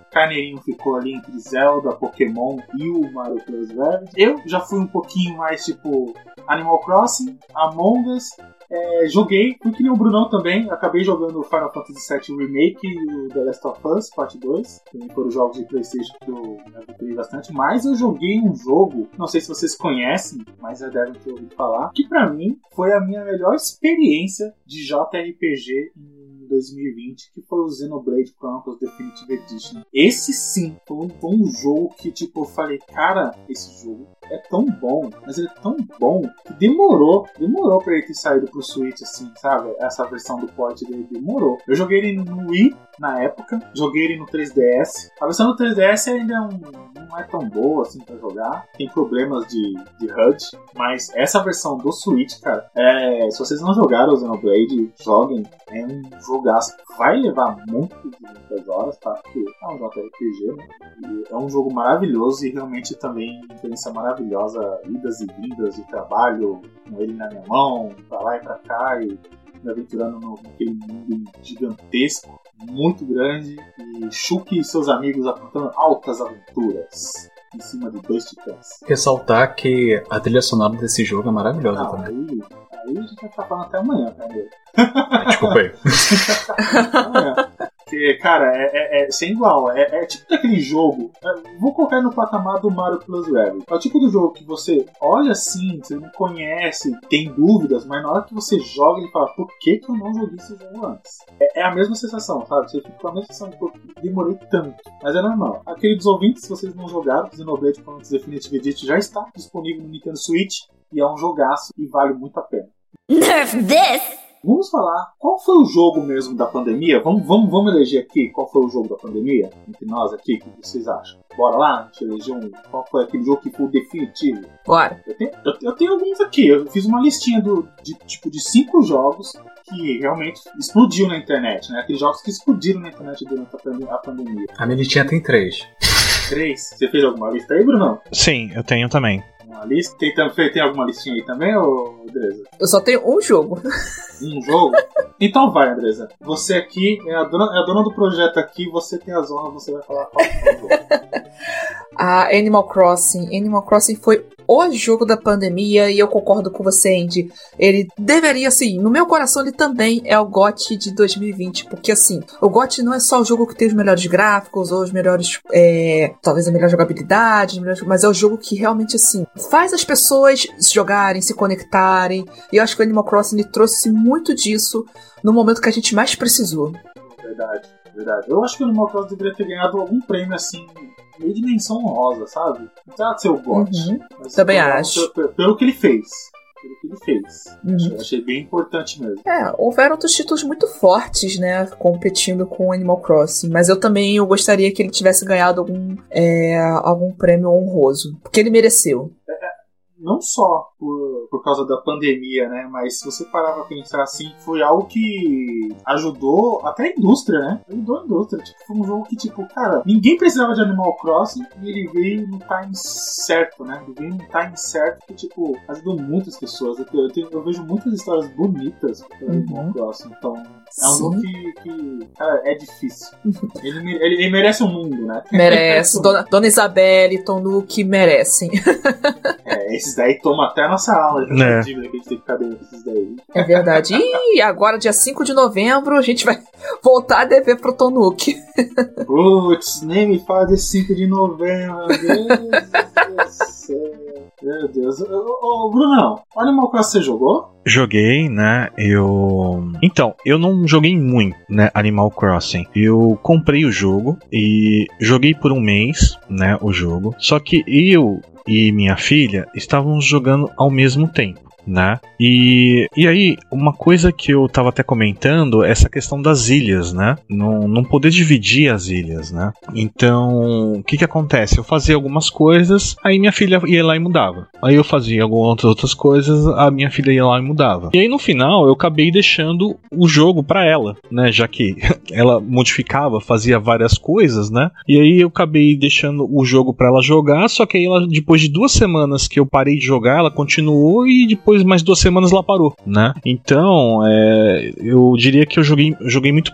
Carneirinho ficou ali entre Zelda, Pokémon e o Mario Plus Rabbids. Eu já fui um pouquinho mais tipo Animal Crossing, Among Us. É, joguei, fui que nem o Brunão também. Acabei jogando o Final Fantasy sete Remake e o The Last of Us Parte dois. Também foram jogos de PlayStation que eu aventurei bastante. Mas eu joguei um jogo, não sei se vocês conhecem, mas já devem ter ouvido falar, que pra mim foi a minha melhor experiência de J R P G em dois mil e vinte, que foi o Xenoblade Chronicles Definitive Edition. Esse sim foi um, foi um jogo que tipo eu falei, cara, esse jogo é tão bom, mas ele é tão bom que demorou, demorou pra ele ter saído pro Switch, assim, sabe? Essa versão do port dele demorou. Eu joguei ele no Wii na época, joguei ele no três D S. A versão do três D S ainda é um, não é tão boa assim pra jogar, tem problemas de, de H U D, mas essa versão do Switch, cara, é, se vocês não jogaram o Xenoblade, joguem, é um jogaço. Vai levar muitas, muitas horas, tá? Porque é um J R P G, né? E é um jogo maravilhoso e realmente também uma experiência maravilhosa, idas e vindas de trabalho, com ele na minha mão, pra lá e pra cá, e me aventurando no, naquele mundo gigantesco, muito grande, e Shuki e seus amigos aprontando altas aventuras em cima de dois titãs. Ressaltar que a trilha sonora desse jogo é maravilhosa Não, também. Aí, aí a gente vai ficar falando até amanhã, tá? Desculpa aí. amanhã. Porque, cara, é, é, é sem igual. É, é tipo daquele jogo. É, vou colocar no patamar do Mario Plus Rabbids. É o tipo do jogo que você olha assim, você não conhece, tem dúvidas, mas na hora que você joga, ele fala: por que, que eu não joguei esse jogo antes? É, é a mesma sensação, sabe? Você fica com a mesma sensação de demorei tanto. Mas é normal. Aquele dos ouvintes, se vocês não jogaram, Xenoblade Chronicles Definitive Edition já está disponível no Nintendo Switch. E é um jogaço e vale muito a pena. Nerf this! Vamos falar, qual foi o jogo mesmo da pandemia? Vamos, vamos, vamos eleger aqui qual foi o jogo da pandemia? Entre nós aqui, o que vocês acham? Bora lá, a gente eleger um. Qual foi aquele jogo que foi o definitivo? Bora. Eu tenho, eu, eu tenho alguns aqui, eu fiz uma listinha do, de, tipo, de cinco jogos que realmente explodiu na internet, né? Aqueles jogos que explodiram na internet durante a pandemia. A minha listinha tem três. Três? Você fez alguma lista aí, Bruno? Sim, eu tenho também. Uma lista? Tem, tem alguma listinha aí também, ou Andresa? Eu só tenho um jogo. Um jogo? Então vai, Andresa. Você aqui é a dona, é a dona do projeto aqui, você tem as honras, você vai falar qual é o jogo. A Animal Crossing. Animal Crossing foi o jogo da pandemia e eu concordo com você, Andy. Ele deveria, assim, no meu coração ele também é o G O T de dois mil e vinte, porque assim, o G O T não é só o jogo que tem os melhores gráficos ou os melhores, é, talvez a melhor jogabilidade, mas é o jogo que realmente, assim, faz as pessoas jogarem, se conectarem, e eu acho que o Animal Crossing ele trouxe muito disso no momento que a gente mais precisou. Verdade, verdade. Eu acho que o Animal Crossing deveria ter ganhado algum prêmio, assim, meio de menção honrosa, sabe? Não precisa ser o G O T. Uhum, mas também pelo, acho. Pelo, pelo que ele fez. Pelo que ele fez. Uhum. Achei, achei bem importante mesmo. É, houveram outros títulos muito fortes, né, competindo com o Animal Crossing, mas eu também eu gostaria que ele tivesse ganhado algum, é, algum prêmio honroso, porque ele mereceu. Não só por, por causa da pandemia, né? Mas se você parar pra pensar assim, foi algo que ajudou até a indústria, né? Ajudou a indústria. Tipo, foi um jogo que, tipo, cara, ninguém precisava de Animal Crossing e ele veio no time certo, né? Ele veio no time certo que, tipo, ajudou muitas pessoas. Eu, eu, tenho, eu vejo muitas histórias bonitas com uhum. Animal Crossing. Então, é um Sim. jogo que, que, cara, é difícil. Ele, ele, ele merece o um mundo, né? Merece. Dona, Dona Isabelle, Tom Nook merecem. É, esses daí tomam até a nossa alma. De é. Dívida que a gente tem que ficar dentro desses daí. É verdade. E agora, dia cinco de novembro, a gente vai voltar a dever pro Tom Nook. Putz, nem me fala desse cinco de novembro. Meu Deus do céu. Meu Deus. Ô, ô Brunão, olha o que você jogou? Joguei, né? Eu. Então, eu não joguei muito, né? Animal Crossing. Eu comprei o jogo e joguei por um mês, né? O jogo. Só que eu e minha filha estávamos jogando ao mesmo tempo, né? E, e aí, uma coisa que eu tava até comentando é essa questão das ilhas, né? Não, não poder dividir as ilhas, né? Então, o que que acontece? Eu fazia algumas coisas, aí minha filha ia lá e mudava. Aí eu fazia algumas outras coisas, a minha filha ia lá e mudava. E aí, no final, eu acabei deixando o jogo pra ela, né? Já que ela modificava, fazia várias coisas, né? E aí eu acabei deixando o jogo pra ela jogar, só que aí ela, depois de duas semanas que eu parei de jogar, ela continuou e depois mais duas semanas ela parou, né? Então, é, eu diria que eu joguei, joguei muito pouco,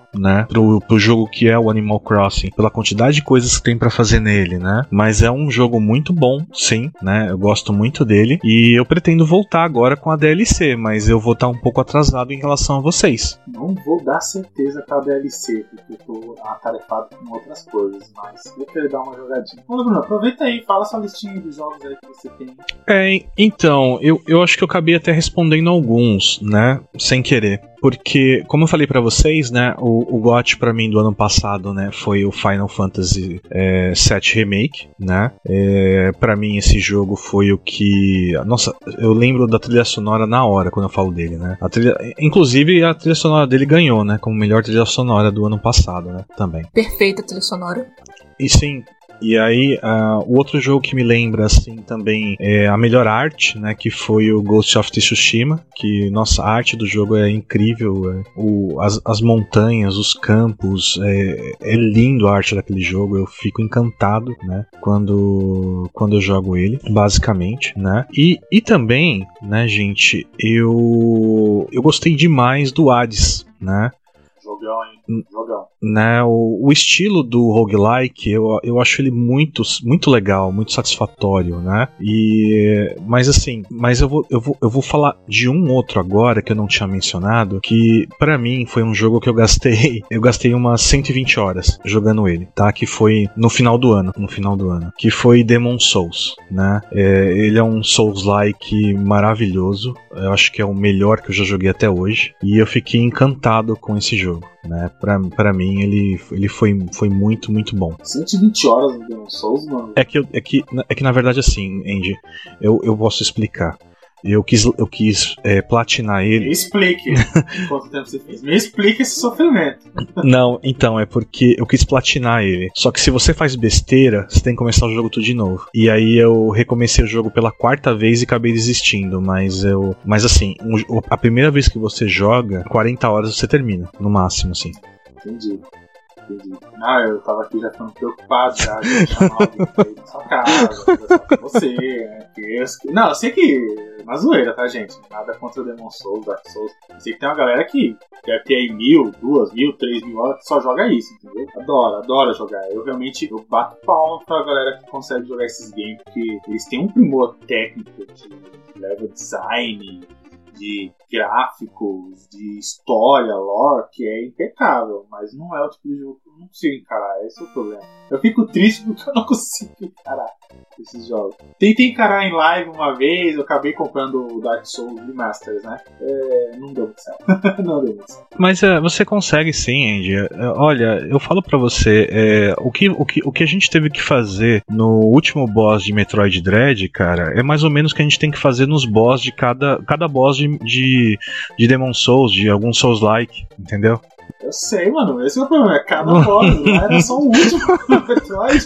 né, pro, pro jogo que é o Animal Crossing, pela quantidade de coisas que tem pra fazer nele, né, mas é um jogo muito bom, sim, né, eu gosto muito dele, e eu pretendo voltar agora com a D L C, mas eu vou estar um pouco atrasado em relação a vocês. Não vou dar certeza pra D L C, porque eu tô atarefado com outras coisas, mas eu quero dar uma jogadinha. Ô, Bruno, aproveita aí, fala sua listinha dos jogos aí que você tem. É, então, eu, eu acho que eu acabei até respondendo alguns, né, sem querer. Porque, como eu falei pra vocês, né, o, o G O T pra mim do ano passado, né, foi o Final Fantasy é, sete Remake, né, é, pra mim esse jogo foi o que... Nossa, eu lembro da trilha sonora na hora quando eu falo dele, né, a trilha, inclusive a trilha sonora dele ganhou, né, como melhor trilha sonora do ano passado, né, também. Perfeita trilha sonora. E sim... E aí, uh, o outro jogo que me lembra, assim, também é a melhor arte, né, que foi o Ghost of Tsushima, que, nossa, a arte do jogo é incrível, é, o, as, as montanhas, os campos, é, é lindo a arte daquele jogo, eu fico encantado, né, quando, quando eu jogo ele, basicamente, né, e, e também, né, gente, eu, eu gostei demais do Hades, né. Jogão, hein? Jogão. Né, o, o estilo do roguelike, eu, eu acho ele muito, muito legal, muito satisfatório, né? E, mas assim, mas eu vou, eu, vou, eu vou falar de um outro agora que eu não tinha mencionado, que pra mim foi um jogo que eu gastei, eu gastei umas cento e vinte horas jogando ele, tá? Que foi no final do ano, no final do ano, que foi Demon's Souls, né? É, ele é um Souls-like maravilhoso, eu acho que é o melhor que eu já joguei até hoje, e eu fiquei encantado com esse jogo, né? Pra, pra mim ele, ele foi, foi muito, muito bom. cento e vinte horas no Demon's Souls, mano? É que, eu, é, que, é que na verdade assim, Andy, eu, eu posso explicar. Eu quis, eu quis é, platinar ele. Me explique quanto tempo você fez. Me explique esse sofrimento. Não, então, é porque eu quis platinar ele. Só que se você faz besteira, você tem que começar o jogo tudo de novo. E aí eu recomecei o jogo pela quarta vez e acabei desistindo. Mas eu. Mas assim, um, a primeira vez que você joga, quarenta horas você termina, no máximo, assim. Entendi. Entendi. Não, eu tava aqui já ficando preocupado já de chamar alguém pra ir na sua casa, conversar com você, né? Eu, não, eu sei que. Na zoeira, tá, gente? Nada contra o Demon's Souls, Dark Souls. Eu sei que tem uma galera que deve ter aí mil, duas mil, três mil horas que só joga isso, entendeu? Adora, adora jogar. Eu realmente eu bato palma pra galera que consegue jogar esses games, porque eles têm um primor técnico de, de level design, de gráficos, de história, lore, que é impecável, mas não é o tipo de jogo que eu não consigo encarar, esse é o problema. Eu fico triste porque eu não consigo encarar esses jogos. Tentei encarar em live uma vez, eu acabei comprando o Dark Souls Remasters, né? É, não deu muito certo. Não deu muito certo. Mas é, você consegue sim, Andy. É, olha, eu falo pra você, é, o, que, o, que, o que a gente teve que fazer no último boss de Metroid Dread, cara, é mais ou menos o que a gente tem que fazer nos boss de cada, cada boss de, de, de Demon's Souls, de algum Souls-like, entendeu? Eu sei, mano, esse é o problema, é cada boss, não era só o último Metroid.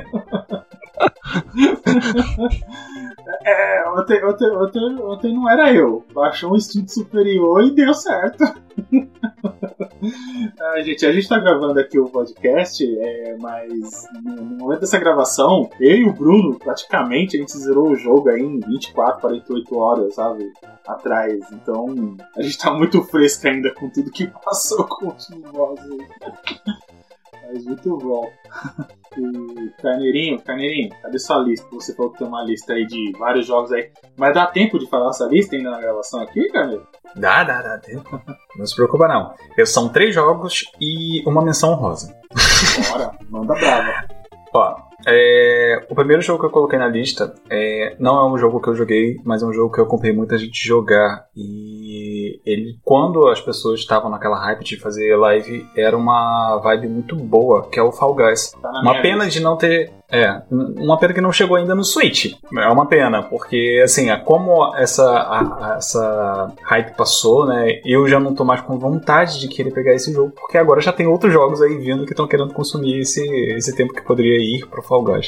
É, ontem, ontem, ontem, ontem não era eu. Baixou um instinto superior e deu certo. Ah, gente, a gente tá gravando aqui o podcast, é, mas no momento dessa gravação, eu e o Bruno, praticamente, a gente zerou o jogo aí em vinte e quatro, quarenta e oito horas, sabe? Atrás. Então, a gente tá muito fresco ainda com tudo que passou com os bosses aí. Mas muito bom. E, Carneirinho, Carneirinho, cadê sua lista? Você falou que tem uma lista aí de vários jogos aí. Mas dá tempo de falar essa lista ainda na gravação aqui, Carneiro? Dá, dá, dá tempo. Não se preocupa não. Eu, são três jogos e uma menção honrosa. Bora, manda brava. Ó, é, o primeiro jogo que eu coloquei na lista é, não é um jogo que eu joguei, mas é um jogo que eu acompanhei muita gente jogar. E ele, quando as pessoas estavam naquela hype de fazer live, era uma vibe muito boa, que é o Fall Guys. Tá na uma minha pena lista. de não ter... É, uma pena que não chegou ainda no Switch. É uma pena, porque assim, é como essa, a, a, essa hype passou, né? Eu já não tô mais com vontade de querer pegar esse jogo, porque agora já tem outros jogos aí vindo que estão querendo consumir esse, esse tempo que poderia ir pro Fall Guys.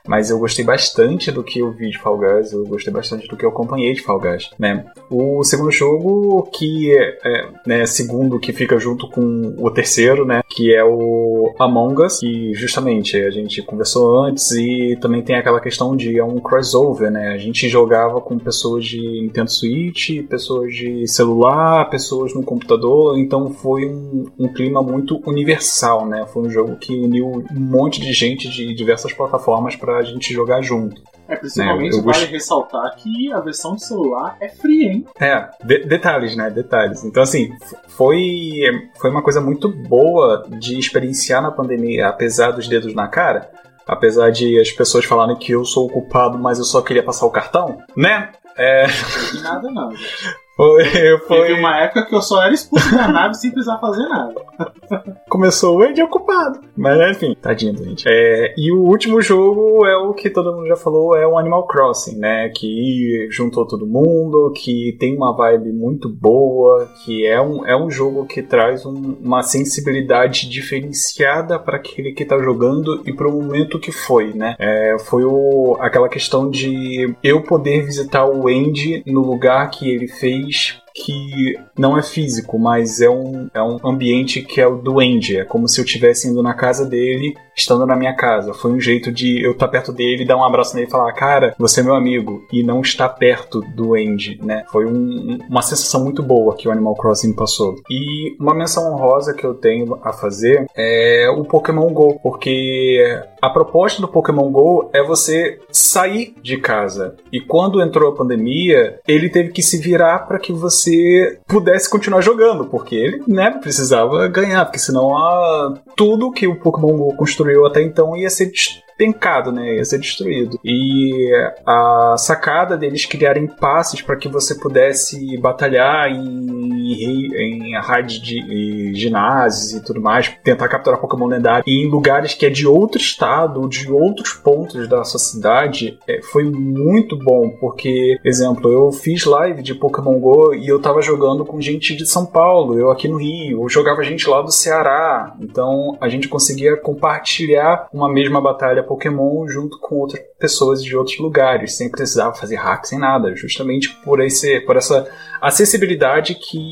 mas eu gostei bastante do que eu vi de Fall Guys, eu gostei bastante do que eu acompanhei de Fall Guys, né? O segundo jogo, que é, é né, segundo que fica junto com o terceiro, né, que é o Among Us, que justamente a gente conversou antes, e também tem aquela questão de é um crossover, né? A gente jogava com pessoas de Nintendo Switch, pessoas de celular, pessoas no computador, então foi um, um clima muito universal, né? Foi um jogo que uniu um monte de gente de diversas plataformas pra gente jogar junto. É, principalmente né? eu, eu vale gost... ressaltar que a versão de celular é free, hein? É, de- detalhes, né? Detalhes. Então, assim, foi, foi uma coisa muito boa de experienciar na pandemia, apesar dos dedos na cara, apesar de as pessoas falarem que eu sou o culpado, mas eu só queria passar o cartão, né? É... Não tem nada não, gente. Foi, foi... Teve uma época que eu só era expulso da nave sem precisar fazer nada. Começou o Andy ocupado. Mas enfim, tadinho, gente. É, e o último jogo é o que todo mundo já falou, é o Animal Crossing, né? Que juntou todo mundo, que tem uma vibe muito boa, que é um, é um jogo que traz um, uma sensibilidade diferenciada para aquele que tá jogando e pro momento que foi, né? É, foi o, aquela questão de eu poder visitar o Andy no lugar que ele fez, que não é físico, mas é um, é um ambiente que é o do Andy. É como se eu estivesse indo na casa dele, estando na minha casa. Foi um jeito de eu estar perto dele, dar um abraço nele e falar, cara, você é meu amigo, e não estar perto do Andy, né? Foi um, uma sensação muito boa que o Animal Crossing passou. E uma menção honrosa que eu tenho a fazer é o Pokémon Go, porque a proposta do Pokémon Go é você sair de casa. E quando entrou a pandemia, ele teve que se virar para que você pudesse continuar jogando, porque ele, né, precisava ganhar, porque senão a, tudo que o Pokémon Go construiu até então ia ser despencado, né, ia ser destruído. E a sacada deles criarem passes para que você pudesse batalhar em, em raid de ginásios e tudo mais, tentar capturar Pokémon lendário em lugares que é de outro estado ou de outros pontos da sua cidade, é, foi muito bom, porque, exemplo, eu fiz live de Pokémon Go e eu tava jogando com gente de São Paulo, eu aqui no Rio, eu jogava gente lá do Ceará, então a gente conseguia compartilhar uma mesma batalha Pokémon junto com outras pessoas de outros lugares, sem precisar fazer hack, sem nada, justamente por, esse, por essa acessibilidade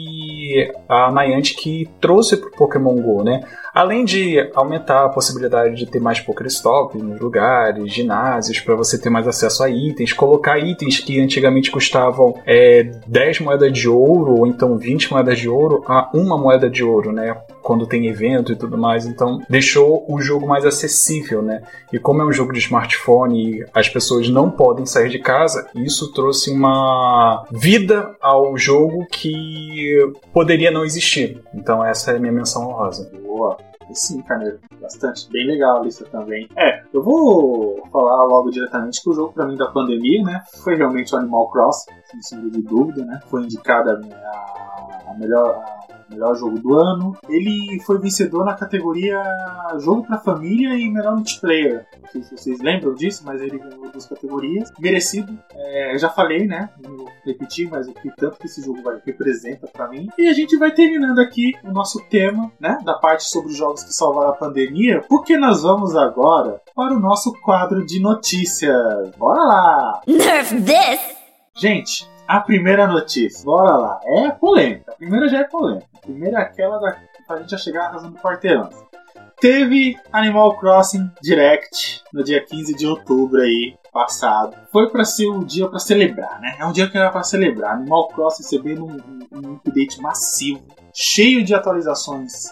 que a Niantic trouxe pro Pokémon Go, né? Além de aumentar a possibilidade de ter mais Pokéstop nos lugares, ginásios, para você ter mais acesso a itens, colocar itens que antigamente custavam é, dez moedas de ouro, ou então vinte moedas de ouro, a uma moeda de ouro, né? Quando tem evento e tudo mais, então deixou o jogo mais acessível, né? E como é um jogo de smartphone e as pessoas não podem sair de casa, isso trouxe uma vida ao jogo que poderia não existir. Então essa é a minha menção honrosa. Boa. Sim, Carneiro, bastante. Bem legal a lista também. É, eu vou falar logo diretamente que o jogo pra mim da pandemia, né, foi realmente o Animal Crossing, sem sombra de dúvida, né? Foi indicada a, a melhor... A melhor jogo do ano. Ele foi vencedor na categoria Jogo pra Família e Melhor Multiplayer. Não sei se vocês lembram disso, mas ele ganhou duas categorias. Merecido. É, eu já falei, né? Não vou repetir, mas o que tanto que esse jogo vai, representa pra mim. E a gente vai terminando aqui o nosso tema, né? Da parte sobre os jogos que salvaram a pandemia, porque nós vamos agora para o nosso quadro de notícias. Bora lá! Nerf this! Gente, a primeira notícia, bora lá, é polêmica. A primeira já é polêmica. A primeira é aquela da, pra gente já chegar arrasando quarteirão. Teve Animal Crossing Direct no dia quinze de outubro aí, passado. Foi pra ser um dia pra celebrar, né? É um dia que era pra celebrar. Animal Crossing recebendo um, um, um update massivo, cheio de atualizações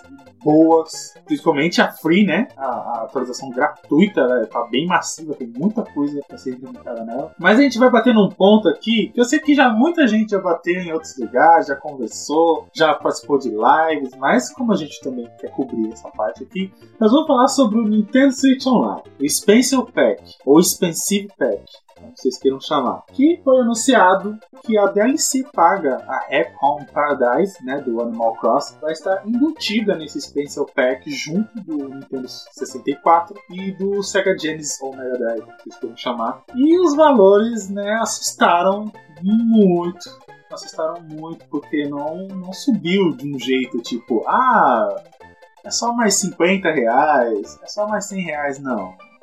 boas, principalmente a free, né? A, a atualização gratuita, ela tá bem massiva, tem muita coisa pra ser implementada nela. Mas a gente vai bater num ponto aqui, que eu sei que já muita gente já bateu em outros lugares, já conversou, já participou de lives, mas como a gente também quer cobrir essa parte aqui, nós vamos falar sobre o Nintendo Switch Online, o Expansion Pack, ou Expensive Pack, como vocês queiram chamar, que foi anunciado que a D L C paga, a Happy Home Paradise, né, do Animal Crossing, vai estar embutida nesse Expansion Pack junto do Nintendo sessenta e quatro e do Sega Genesis ou Mega Drive, como vocês queiram chamar. E os valores, né, assustaram muito. Assustaram muito porque não, não subiu de um jeito tipo, ah, é só mais cinquenta reais, é só mais cem reais, não.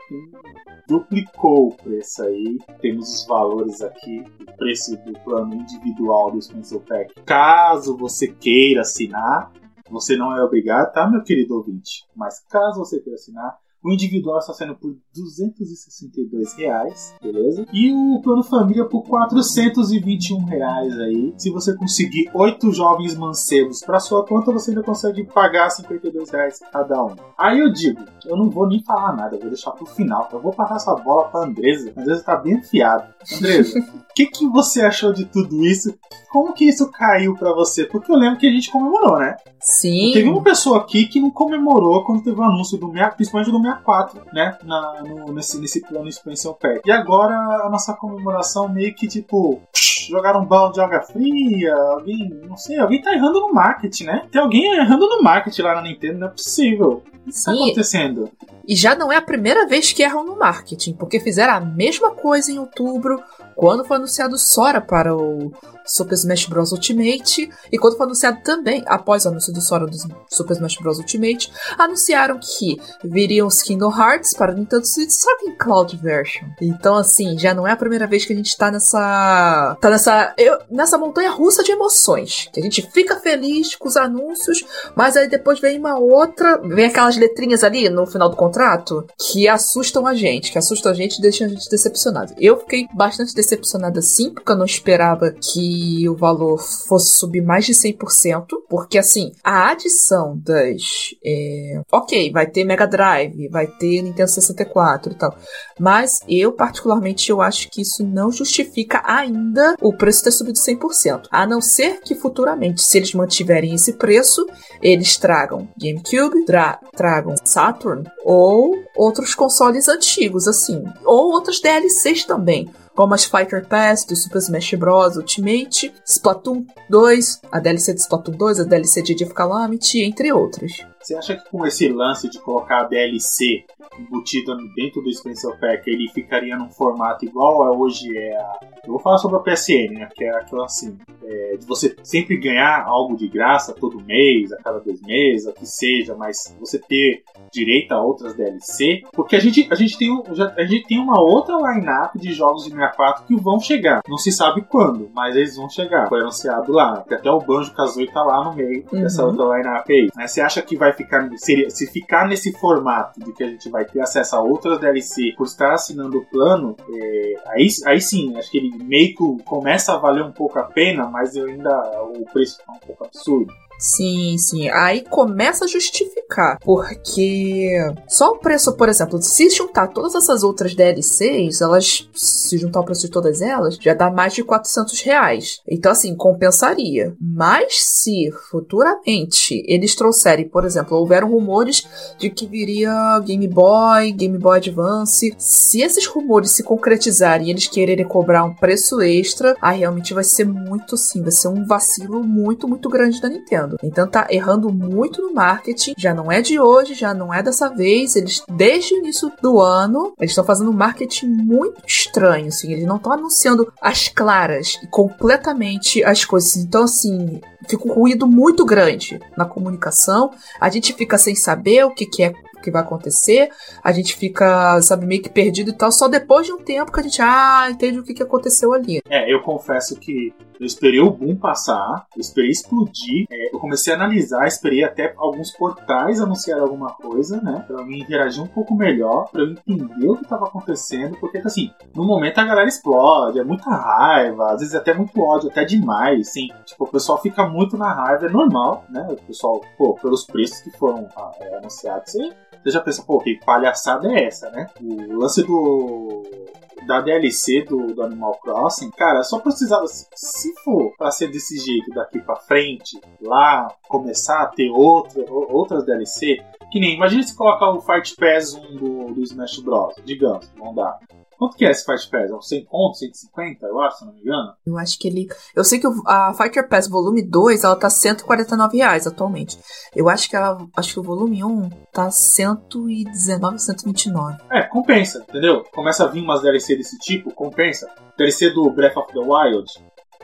Shopping duplicou o preço aí. Temos os valores aqui, o preço do plano individual do Expansion Pack. Caso você queira assinar, você não é obrigado, tá, meu querido ouvinte? Mas caso você queira assinar, o individual está saindo por duzentos e sessenta e dois reais, beleza? E o plano família por quatrocentos e vinte e um reais aí. Se você conseguir oito jovens mancebos para sua conta, você ainda consegue pagar cinquenta e dois reais cada um. Aí eu digo, eu não vou nem falar nada, eu vou deixar pro final. Eu vou passar essa bola pra Andresa. A Andresa tá bem afiada. Andresa, o que, que você achou de tudo isso? Como que isso caiu pra você? Porque eu lembro que a gente comemorou, né? Sim. Teve uma pessoa aqui que não comemorou quando teve o anúncio do sessenta, principalmente do sessenta e quatro, né? Na, no, nesse, nesse plano Expansion Pack. E agora a nossa comemoração meio que tipo, psh, jogaram um balde de água fria, alguém, não sei, alguém tá errando no marketing, né? Tem alguém errando no marketing lá na Nintendo, não é possível. O que tá acontecendo? E já não é a primeira vez que erram no marketing, porque fizeram a mesma coisa em outubro, quando foi anunciado Sora para o Super Smash Bros. Ultimate, e quando foi anunciado também, após o anúncio do Sora do Super Smash Bros. Ultimate, anunciaram que viriam os Kingdom Hearts para o Nintendo Switch, só que em Cloud Version. Então, assim, já não é a primeira vez que a gente tá nessa... tá nessa... Eu, nessa montanha russa de emoções, que a gente fica feliz com os anúncios, mas aí depois vem uma outra... vem aquelas letrinhas ali no final do contrato que assustam a gente, que assustam a gente e deixam a gente decepcionado. Eu fiquei bastante decepcionada sim, porque eu não esperava que o valor fosse subir mais de cem por cento, porque assim, a adição das... É... ok, vai ter Mega Drive, vai ter Nintendo sessenta e quatro e tal, mas eu particularmente eu acho que isso não justifica ainda o preço ter subido cem por cento, a não ser que futuramente, se eles mantiverem esse preço, eles tragam GameCube, tra- tragam Saturn ou outros consoles antigos, assim, ou outras D L Cs também, como as Fighter Pass do Super Smash Bros. Ultimate, Splatoon dois, a D L C de Splatoon dois, a D L C de Age of Calamity, entre outras. Você acha que com esse lance de colocar a D L C embutida dentro do Expansion Pack, ele ficaria num formato igual a hoje é a... Eu vou falar sobre a P S N, né? Que é aquela assim, é, de você sempre ganhar algo de graça todo mês, a cada dois meses, o que seja, mas você ter direito a outras D L C, porque a gente, a gente, tem, já, a gente tem uma outra line-up de jogos de sessenta e quatro que vão chegar. Não se sabe quando, mas eles vão chegar. Foi anunciado lá, que até o Banjo-Kazooie tá lá no meio uhum. dessa outra line-up aí. Né? Você acha que vai ficar, seria, se ficar nesse formato de que a gente vai ter acesso a outras D L C por estar assinando o plano, é, aí, aí sim, acho que ele meio que começa a valer um pouco a pena, mas ainda o preço tá um pouco absurdo. Sim, sim. Aí começa a justificar, porque só o preço, por exemplo, se juntar todas essas outras D L Cs, elas, se juntar o preço de todas elas, já dá mais de quatrocentos reais. Então, assim, compensaria. Mas se futuramente eles trouxerem, por exemplo, houveram rumores de que viria Game Boy, Game Boy Advance, se esses rumores se concretizarem e eles quererem cobrar um preço extra, aí realmente vai ser muito, sim, vai ser um vacilo muito, muito grande da Nintendo. Então tá errando muito no marketing, já não é de hoje, já não é dessa vez, eles desde o início do ano, eles estão fazendo um marketing muito estranho, assim, eles não estão anunciando às claras e completamente as coisas, então assim, fica um ruído muito grande na comunicação, a gente fica sem saber o que, que é que vai acontecer, a gente fica, sabe, meio que perdido e tal, só depois de um tempo que a gente, ah, entende o que, que aconteceu ali. É, eu confesso que eu esperei o boom passar, eu esperei explodir, é, eu comecei a analisar, esperei até alguns portais anunciarem alguma coisa, né, pra eu me interagir um pouco melhor, pra eu entender o que tava acontecendo, porque, assim, no momento a galera explode, é muita raiva, às vezes até muito ódio, até demais, assim, tipo, o pessoal fica muito na raiva, é normal, né, o pessoal, pô, pelos preços que foram é, anunciados, você, você já pensa, pô, que palhaçada é essa, né, o lance do... da D L C do, do Animal Crossing, cara, só precisava, se for pra ser desse jeito daqui pra frente, lá, começar a ter outra, outras D L C, que nem, imagina se colocar o Fight Pass um do, do Smash Bros, digamos, vamos dar. Quanto que é esse Fight Pass? É uns cem conto, cento e cinquenta, eu acho, se não me engano? Eu acho que ele... Eu sei que a Fighter Pass Volume dois, ela tá cento e quarenta e nove reais atualmente. Eu acho que ela, acho que o Volume um tá cento e dezenove, cento e vinte e nove. É, compensa, entendeu? Começa a vir umas D L C desse tipo, compensa. D L C do Breath of the Wild,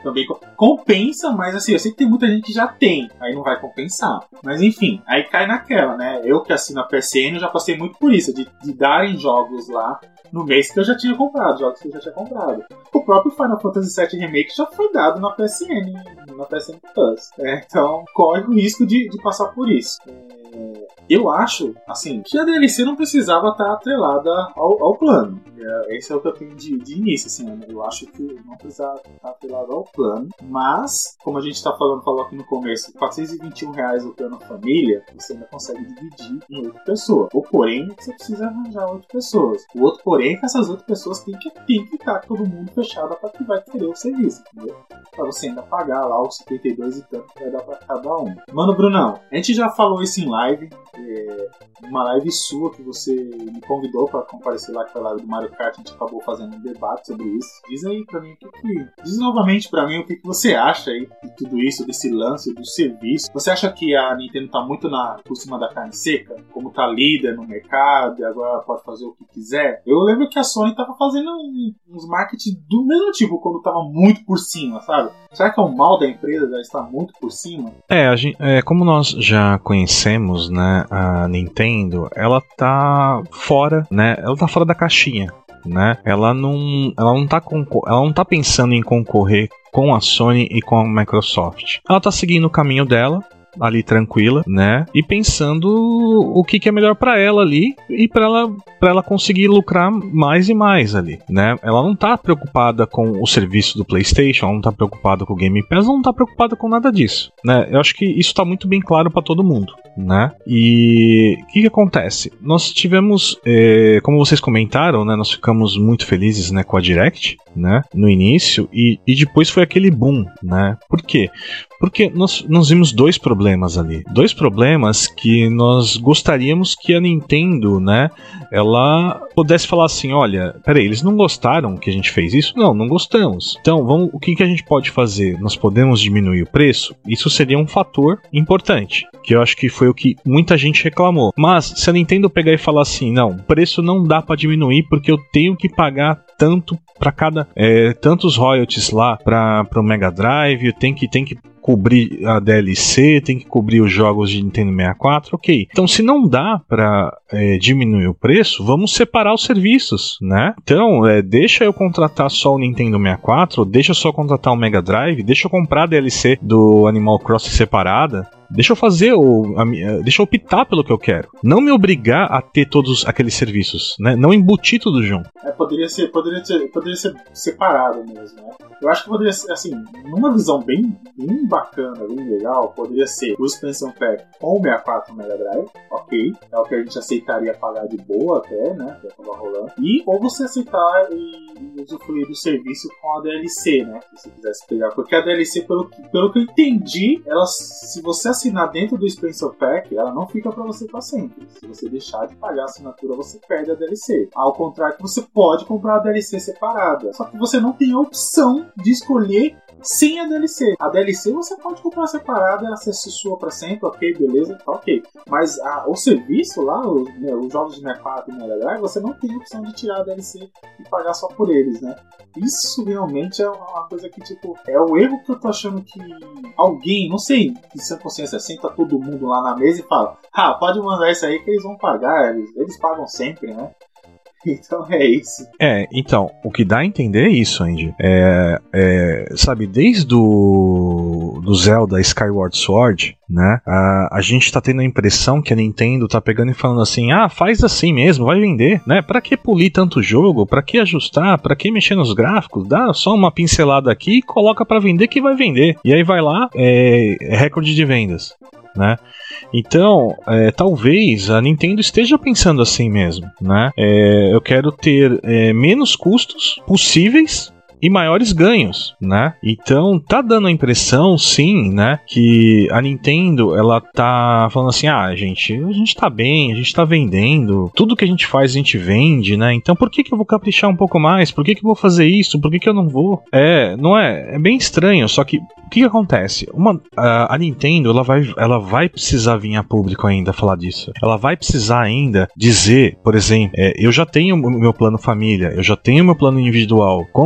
também compensa, mas assim, eu sei que tem muita gente que já tem, aí não vai compensar. Mas enfim, aí cai naquela, né? Eu que assino a P S N, eu já passei muito por isso, de, de darem jogos lá no mês que eu já tinha comprado, jogos que eu já tinha comprado. O próprio Final Fantasy sete Remake já foi dado na P S N, na P S N Plus. É, então, corre o risco de, de passar por isso. É, eu acho, assim, que a D L C não precisava estar atrelada ao, ao plano. Esse é o que eu tenho de, de início, assim, né? Eu acho que não precisava estar atrelado ao plano. Mas, como a gente está falando, falou aqui no começo, quatrocentos e vinte e um reais o plano família, você ainda consegue dividir em oito pessoas. O porém é que você precisa arranjar oito pessoas. O outro porém é que essas oito pessoas têm que, têm que estar todo mundo fechado para que vai querer o serviço, entendeu? Para você ainda pagar lá os setenta e dois e tanto que vai dar para cada um. Mano, Brunão, a gente já falou isso em live, é, uma live sua que você me convidou para comparecer lá, que foi a live do Mario Kart, a gente acabou fazendo um debate sobre isso. Diz aí pra mim o que que... Diz novamente pra mim o que que você acha aí de tudo isso, desse lance, do serviço. Você acha que a Nintendo tá muito na, por cima da carne seca? Como tá líder no mercado e agora pode fazer o que quiser? Eu lembro que a Sony tava fazendo um, uns marketing do mesmo tipo, quando tava muito por cima, sabe? Será que é o mal da empresa já estar muito por cima? É, a gente, é, como nós já conhecemos, né, a Nintendo, ela tá fora, né, ela tá fora da caixinha, né? Ela não, ela não tá concor- ela não tá pensando em concorrer com a Sony e com a Microsoft. Ela tá seguindo o caminho dela, ali tranquila, né? E pensando o que, que é melhor pra ela ali e pra ela, pra ela conseguir lucrar mais e mais ali, né? Ela não tá preocupada com o serviço do PlayStation, ela não tá preocupada com o Game Pass, ela não tá preocupada com nada disso, né? Eu acho que isso tá muito bem claro pra todo mundo, né? E o que, que acontece? Nós tivemos, é, como vocês comentaram, né? Nós ficamos muito felizes, né, com a Direct, né? No início e, e depois foi aquele boom, né? Por quê? Porque nós, nós vimos dois problemas ali. Dois problemas que nós gostaríamos que a Nintendo, né, ela pudesse falar assim, olha, peraí, eles não gostaram que a gente fez isso? Não, não gostamos. Então, vamos, o que, que a gente pode fazer? Nós podemos diminuir o preço? Isso seria um fator importante, que eu acho que foi o que muita gente reclamou. Mas, se a Nintendo pegar e falar assim, não, o preço não dá para diminuir porque eu tenho que pagar tanto para cada, é, tantos royalties lá para o Mega Drive, eu tenho que, tenho que cobrir a D L C, tem que cobrir os jogos de Nintendo sessenta e quatro, ok. Então, se não dá para é, diminuir o preço, vamos separar os serviços, né? Então, é, deixa eu contratar só o Nintendo sessenta e quatro, deixa eu só contratar o Mega Drive, deixa eu comprar a D L C do Animal Crossing separada, deixa eu fazer o, a, deixa eu optar pelo que eu quero. Não me obrigar a ter todos aqueles serviços, né? Não embutir tudo junto. É, poderia ser, poderia ser, poderia ser separado mesmo, né? Eu acho que poderia ser, assim, numa visão bem, bem bacana, bem legal, poderia ser o Expansion Pack com o sessenta e quatro Mega Drive, ok, é o que a gente aceitaria pagar de boa até, né? Que tava rolando. E ou você aceitar e, e usufruir do serviço com a D L C, né? Se você quisesse pegar. Porque a D L C, pelo que, pelo que eu entendi, ela, se você assinar dentro do Expansion Pack, ela não fica pra você pra sempre. Se você deixar de pagar a assinatura, você perde a D L C. Ao contrário, que você pode comprar a D L C separada. Só que você não tem a opção de escolher sem a D L C. A D L C você pode comprar separada, ela se sua pra sempre, ok, beleza, tá ok. Mas a, o serviço lá, os, né, os jogos de sessenta e quatro e Mega Drive, você não tem a opção de tirar a D L C e pagar só por eles, né? Isso realmente é uma coisa que, tipo, é o erro que eu tô achando que alguém, não sei, que sem consciência, senta todo mundo lá na mesa e fala, ah, pode mandar isso aí que eles vão pagar, eles, eles pagam sempre, né? Então é isso. É, então, o que dá a entender é isso, Andy. É, é, sabe, desde o do Zelda Skyward Sword, né, a, a gente tá tendo a impressão que a Nintendo tá pegando e falando assim, ah, faz assim mesmo, vai vender, né? Pra que polir tanto jogo? Pra que ajustar? Pra que mexer nos gráficos? Dá só uma pincelada aqui e coloca pra vender que vai vender. E aí vai lá, é, é recorde de vendas, né? Então, é, talvez a Nintendo esteja pensando assim mesmo, né? É, eu quero ter é, menos custos possíveis e maiores ganhos, né? Então tá dando a impressão, sim, né, que a Nintendo, ela tá falando assim, ah, gente, a gente tá bem, a gente tá vendendo, tudo que a gente faz a gente vende, né? Então por que que eu vou caprichar um pouco mais? Por que que eu vou fazer isso? Por que que eu não vou? É, não é? É bem estranho, só que o que que acontece? Uma, a, a Nintendo, ela vai, ela vai precisar vir a público ainda falar disso. Ela vai precisar ainda dizer, por exemplo, é, eu já tenho o meu plano família, eu já tenho o meu plano individual. Quanto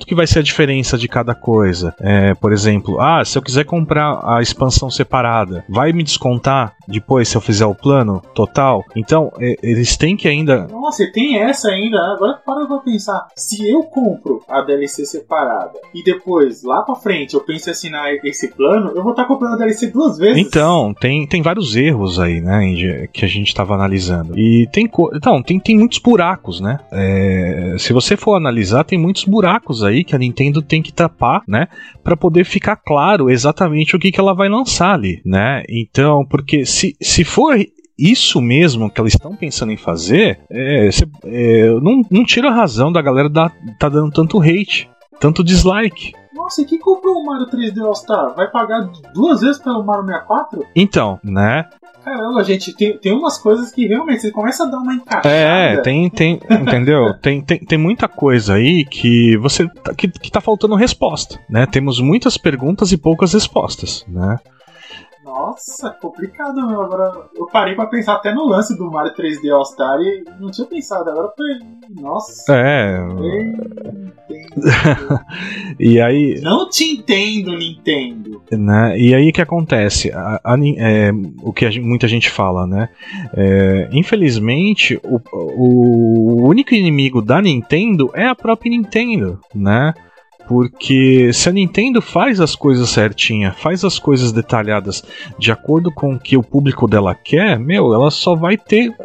quanto que vai ser a diferença de cada coisa? É, por exemplo, ah, se eu quiser comprar a expansão separada, vai me descontar depois se eu fizer o plano total? Então, é, eles têm que ainda... Nossa, e tem essa ainda. Agora para pra pensar. Se eu compro a D L C separada e depois, lá pra frente, eu penso em assinar esse plano, eu vou estar comprando a D L C duas vezes. Então, tem, tem vários erros aí, né, que a gente estava analisando. E tem, então, tem, tem muitos buracos, né? É, se você for analisar, tem muitos buracos aí que a Nintendo tem que tapar, né? Pra poder ficar claro exatamente o que, que ela vai lançar ali, né? Então, porque se, se for isso mesmo que elas estão pensando em fazer, é, cê, é, não, não tira a razão da galera da, tá dando tanto hate, tanto dislike. Nossa, e quem comprou o Mario três D All Star? Vai pagar duas vezes pelo Mario sessenta e quatro? Então, né? Caramba, gente, tem, tem umas coisas que realmente você começa a dar uma encaixada. É, tem, tem, entendeu? tem, tem, tem muita coisa aí que você que, que tá faltando resposta, né? Temos muitas perguntas e poucas respostas, né? Nossa, complicado mesmo. Agora eu parei pra pensar até no lance do Mario três D All Star e não tinha pensado. Agora foi. Nossa. É. E aí. Não te entendo, Nintendo. Né? E aí o que acontece? A, a, é, o que a, muita gente fala, né? É, infelizmente, o, o único inimigo da Nintendo é a própria Nintendo, né? Porque se a Nintendo faz as coisas certinhas, faz as coisas detalhadas de acordo com o que o público dela quer, meu, ela só vai ter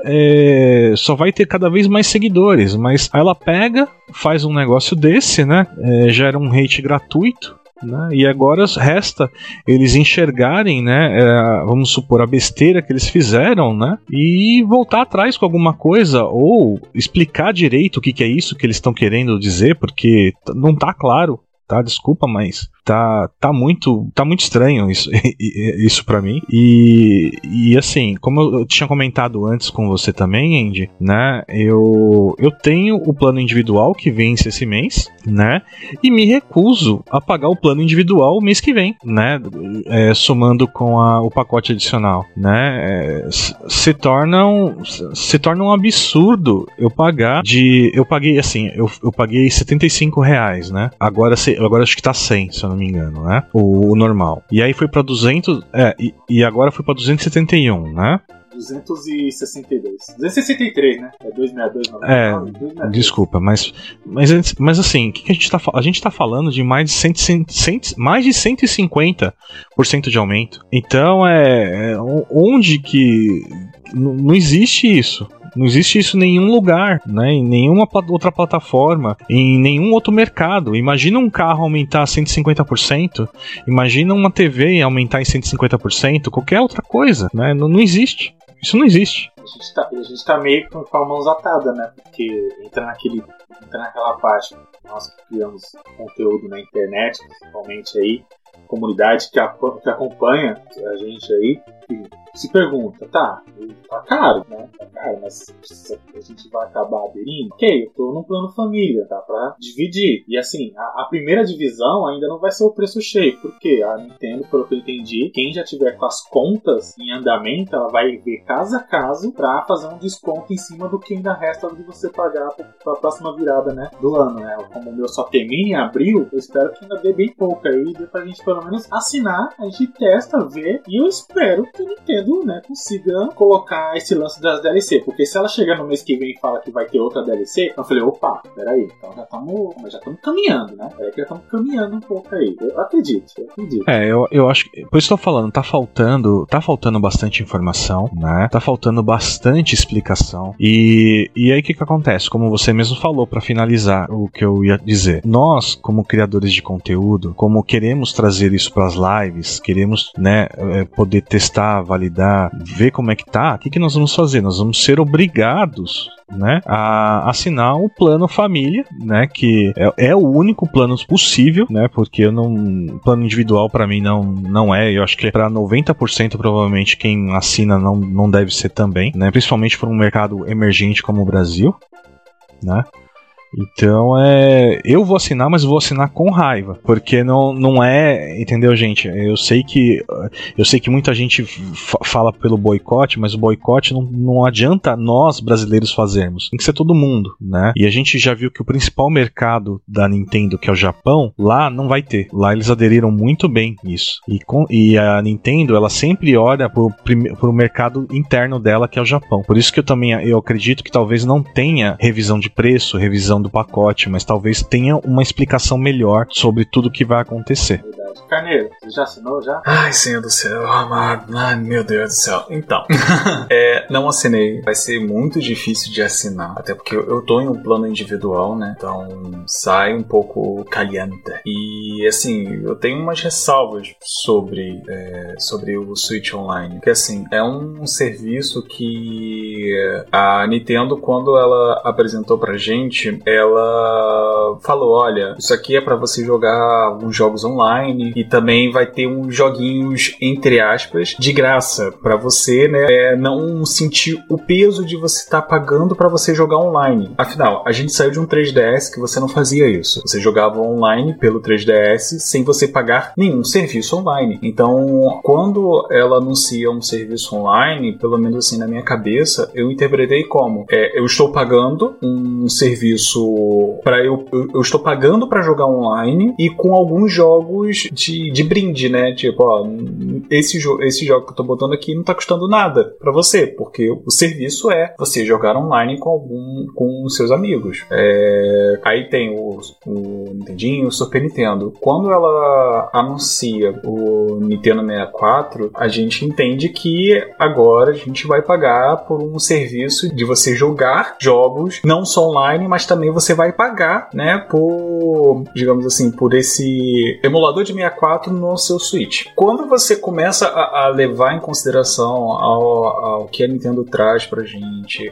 é, só vai ter cada vez mais seguidores. Mas ela pega, faz um negócio desse, né? É, gera um hate gratuito. Né? E agora resta eles enxergarem, né, é, vamos supor, a besteira que eles fizeram, né, e voltar atrás com alguma coisa ou explicar direito o que, que é isso que eles estão querendo dizer, porque não tá claro, tá? Desculpa, mas tá, tá, muito, tá muito estranho isso, isso pra mim. E, e assim, como eu tinha comentado antes com você também, Andy, né? Eu, eu tenho o plano individual que vence esse mês, né? E me recuso a pagar o plano individual o mês que vem, né? É, somando com a, o pacote adicional, né? É, se, torna um, se torna um absurdo eu pagar de... Eu paguei, assim, eu, eu paguei setenta e cinco reais, né? Agora, se, agora acho que tá cem, se eu não me engano, né? O, o normal. E aí foi pra duzentos, é, e, e agora foi pra duzentos e setenta e um, né? duzentos e sessenta e dois. duzentos e sessenta e três, né? É duzentos e sessenta e dois. Não, é, não, duzentos e sessenta e dois. Desculpa, mas, mas, mas assim, o que, que a gente tá falando? A gente tá falando de mais de, cem, cem, mais de cento e cinquenta por cento de aumento. Então, é, é onde que... N- não existe isso. Não existe isso em nenhum lugar, né? Em nenhuma outra plataforma, em nenhum outro mercado. Imagina um carro aumentar cento e cinquenta por cento, imagina uma T V aumentar em cento e cinquenta por cento, qualquer outra coisa, né? Não, não existe. Isso não existe. A gente tá, a gente tá meio com a mãos atadas, né? Porque entra, naquele, entra naquela parte, nós que criamos conteúdo na internet, principalmente aí, comunidade que, a, que acompanha a gente aí, que se pergunta, tá, tá caro, né? Tá caro, mas a gente vai acabar aderindo? Ok, eu tô num plano família, tá? Pra dividir. E assim, a, a primeira divisão ainda não vai ser o preço cheio, porque a Nintendo, pelo que eu entendi, quem já tiver com as contas em andamento, ela vai ver caso a caso pra fazer um desconto em cima do que ainda resta de você pagar pra, pra próxima virada, né? Do ano, né? Como o meu só termina em abril, eu espero que ainda dê bem pouco aí, dê pra gente pelo menos assinar, a gente testa, vê, e eu espero que a Nintendo, né, consiga colocar esse lance das D L C, porque se ela chegar no mês que vem e fala que vai ter outra D L C, eu falei, opa, peraí, então já estamos já estamos caminhando, né? Peraí que já estamos caminhando um pouco aí. Eu acredito, eu acredito. É, eu, eu acho que, por isso que eu tô falando, tá faltando, tá faltando bastante informação, né? Tá faltando bastante explicação. E, e aí o que que acontece? Como você mesmo falou, pra finalizar o que eu ia dizer, nós, como criadores de conteúdo, como queremos trazer isso pras lives, queremos, né, poder testar, validar, ver como é que tá, o que que nós vamos fazer? Nós vamos ser obrigados, né, a assinar o plano família, né, que é, é o único plano possível, né, porque eu não, plano individual pra mim não, não é, eu acho que é pra noventa por cento provavelmente quem assina não, não deve ser também, né, principalmente por um mercado emergente como o Brasil, né. Então, é, eu vou assinar, mas vou assinar com raiva, porque não, não é, entendeu, gente? Eu sei que eu sei que muita gente f- fala pelo boicote, mas o boicote não, não adianta nós brasileiros fazermos. Tem que ser todo mundo, né? E a gente já viu que o principal mercado da Nintendo, que é o Japão, lá não vai ter. Lá eles aderiram muito bem nisso. E, com, e a Nintendo, ela sempre olha pro, pro mercado interno dela, que é o Japão. Por isso que eu também eu acredito que talvez não tenha revisão de preço, revisão do pacote, mas talvez tenha uma explicação melhor sobre tudo que vai acontecer. Verdade. Carneiro, você já assinou já? Ai, Senhor do céu, amado. Ai, meu Deus do céu. Então, é, não assinei. Vai ser muito difícil de assinar. Até porque eu tô em um plano individual, né? Então, sai um pouco caliente. E, assim, eu tenho umas ressalvas sobre, é, sobre o Switch Online. Porque, assim, é um serviço que a Nintendo, quando ela apresentou pra gente, ela falou, olha, isso aqui é pra você jogar alguns jogos online e também vai ter uns joguinhos, entre aspas, de graça pra você, né, é, não sentir o peso de você estar tá pagando pra você jogar online. Afinal, a gente saiu de um três D S que você não fazia isso. Você jogava online pelo três D S sem você pagar nenhum serviço online. Então, quando ela anuncia um serviço online, pelo menos assim na minha cabeça, eu interpretei como é, eu estou pagando um serviço para eu, eu, eu estou pagando para jogar online e com alguns jogos de, de brinde, né? Tipo, ó, esse, jo- esse jogo que eu tô botando aqui não tá custando nada para você, porque o serviço é você jogar online com algum com os seus amigos. É, aí tem o, o Nintendinho, o Super Nintendo. Quando ela anuncia o Nintendo sessenta e quatro, a gente entende que agora a gente vai pagar por um serviço de você jogar jogos, não só online, mas também você vai pagar, né, por, digamos assim, por esse emulador de sessenta e quatro no seu Switch. Quando você começa a, a levar em consideração ao, ao que a Nintendo traz pra gente,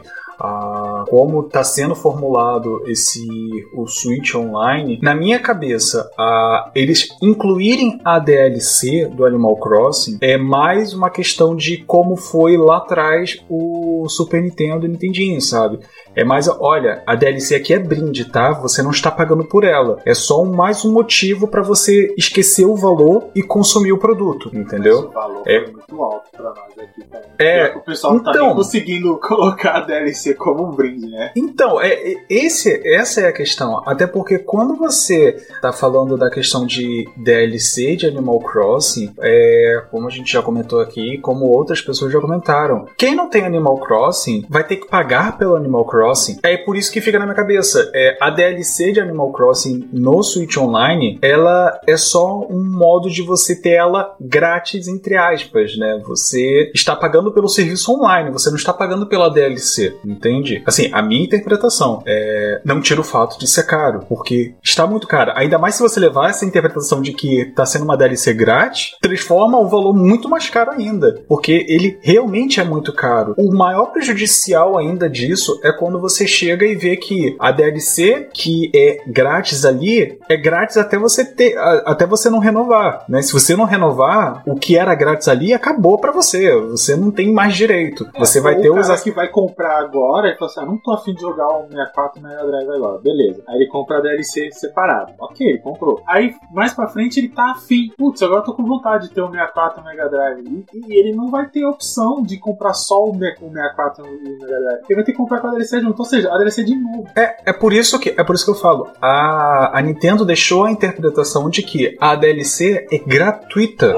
a como está sendo formulado esse o Switch Online, na minha cabeça, a, eles incluírem a D L C do Animal Crossing é mais uma questão de como foi lá atrás o Super Nintendo e o Nintendinho, sabe? É mais, olha, a D L C aqui é brinde, tá? Você não está pagando por ela. É só um, mais um motivo para você esquecer o valor e consumir o produto, entendeu? Mas o valor é foi muito alto pra nós aqui, cara. É, o pessoal não então, tá nem conseguindo colocar a D L C como um brinde, né? Então, é, é, esse, essa é a questão. Até porque quando você tá falando da questão de D L C de Animal Crossing, é, como a gente já comentou aqui, como outras pessoas já comentaram, quem não tem Animal Crossing vai ter que pagar pelo Animal Crossing. É por isso que fica na minha cabeça. É, a D L C de Animal Crossing no Switch Online, ela é só um modo de você ter ela grátis, entre aspas, né? Você está pagando pelo serviço online, você não está pagando pela D L C, entende? Assim, a minha interpretação é, não tira o fato de ser caro, porque está muito caro. Ainda mais se você levar essa interpretação de que está sendo uma D L C grátis, transforma o valor muito mais caro ainda, porque ele realmente é muito caro. O maior prejudicial ainda disso é quando você chega e vê que a D L C que é grátis ali, é grátis até você ter, até você não renovar, né? Se você não renovar, o que era grátis ali acabou pra você, você não tem mais direito. É, você vai o ter cara os que vai comprar agora e fala assim, ah, não tô afim de jogar o sessenta e quatro Mega Drive agora, beleza. Aí ele compra a D L C separado, ok, ele comprou. Aí mais pra frente ele tá afim, putz, agora eu tô com vontade de ter o sessenta e quatro Mega Drive e, e ele não vai ter opção de comprar só o sessenta e quatro Mega Drive, ele vai ter que comprar com a D L C junto, ou seja, a D L C de novo. É, é por isso que é por isso que eu falo. A, a Nintendo deixou a interpretação de que a D L C é gratuita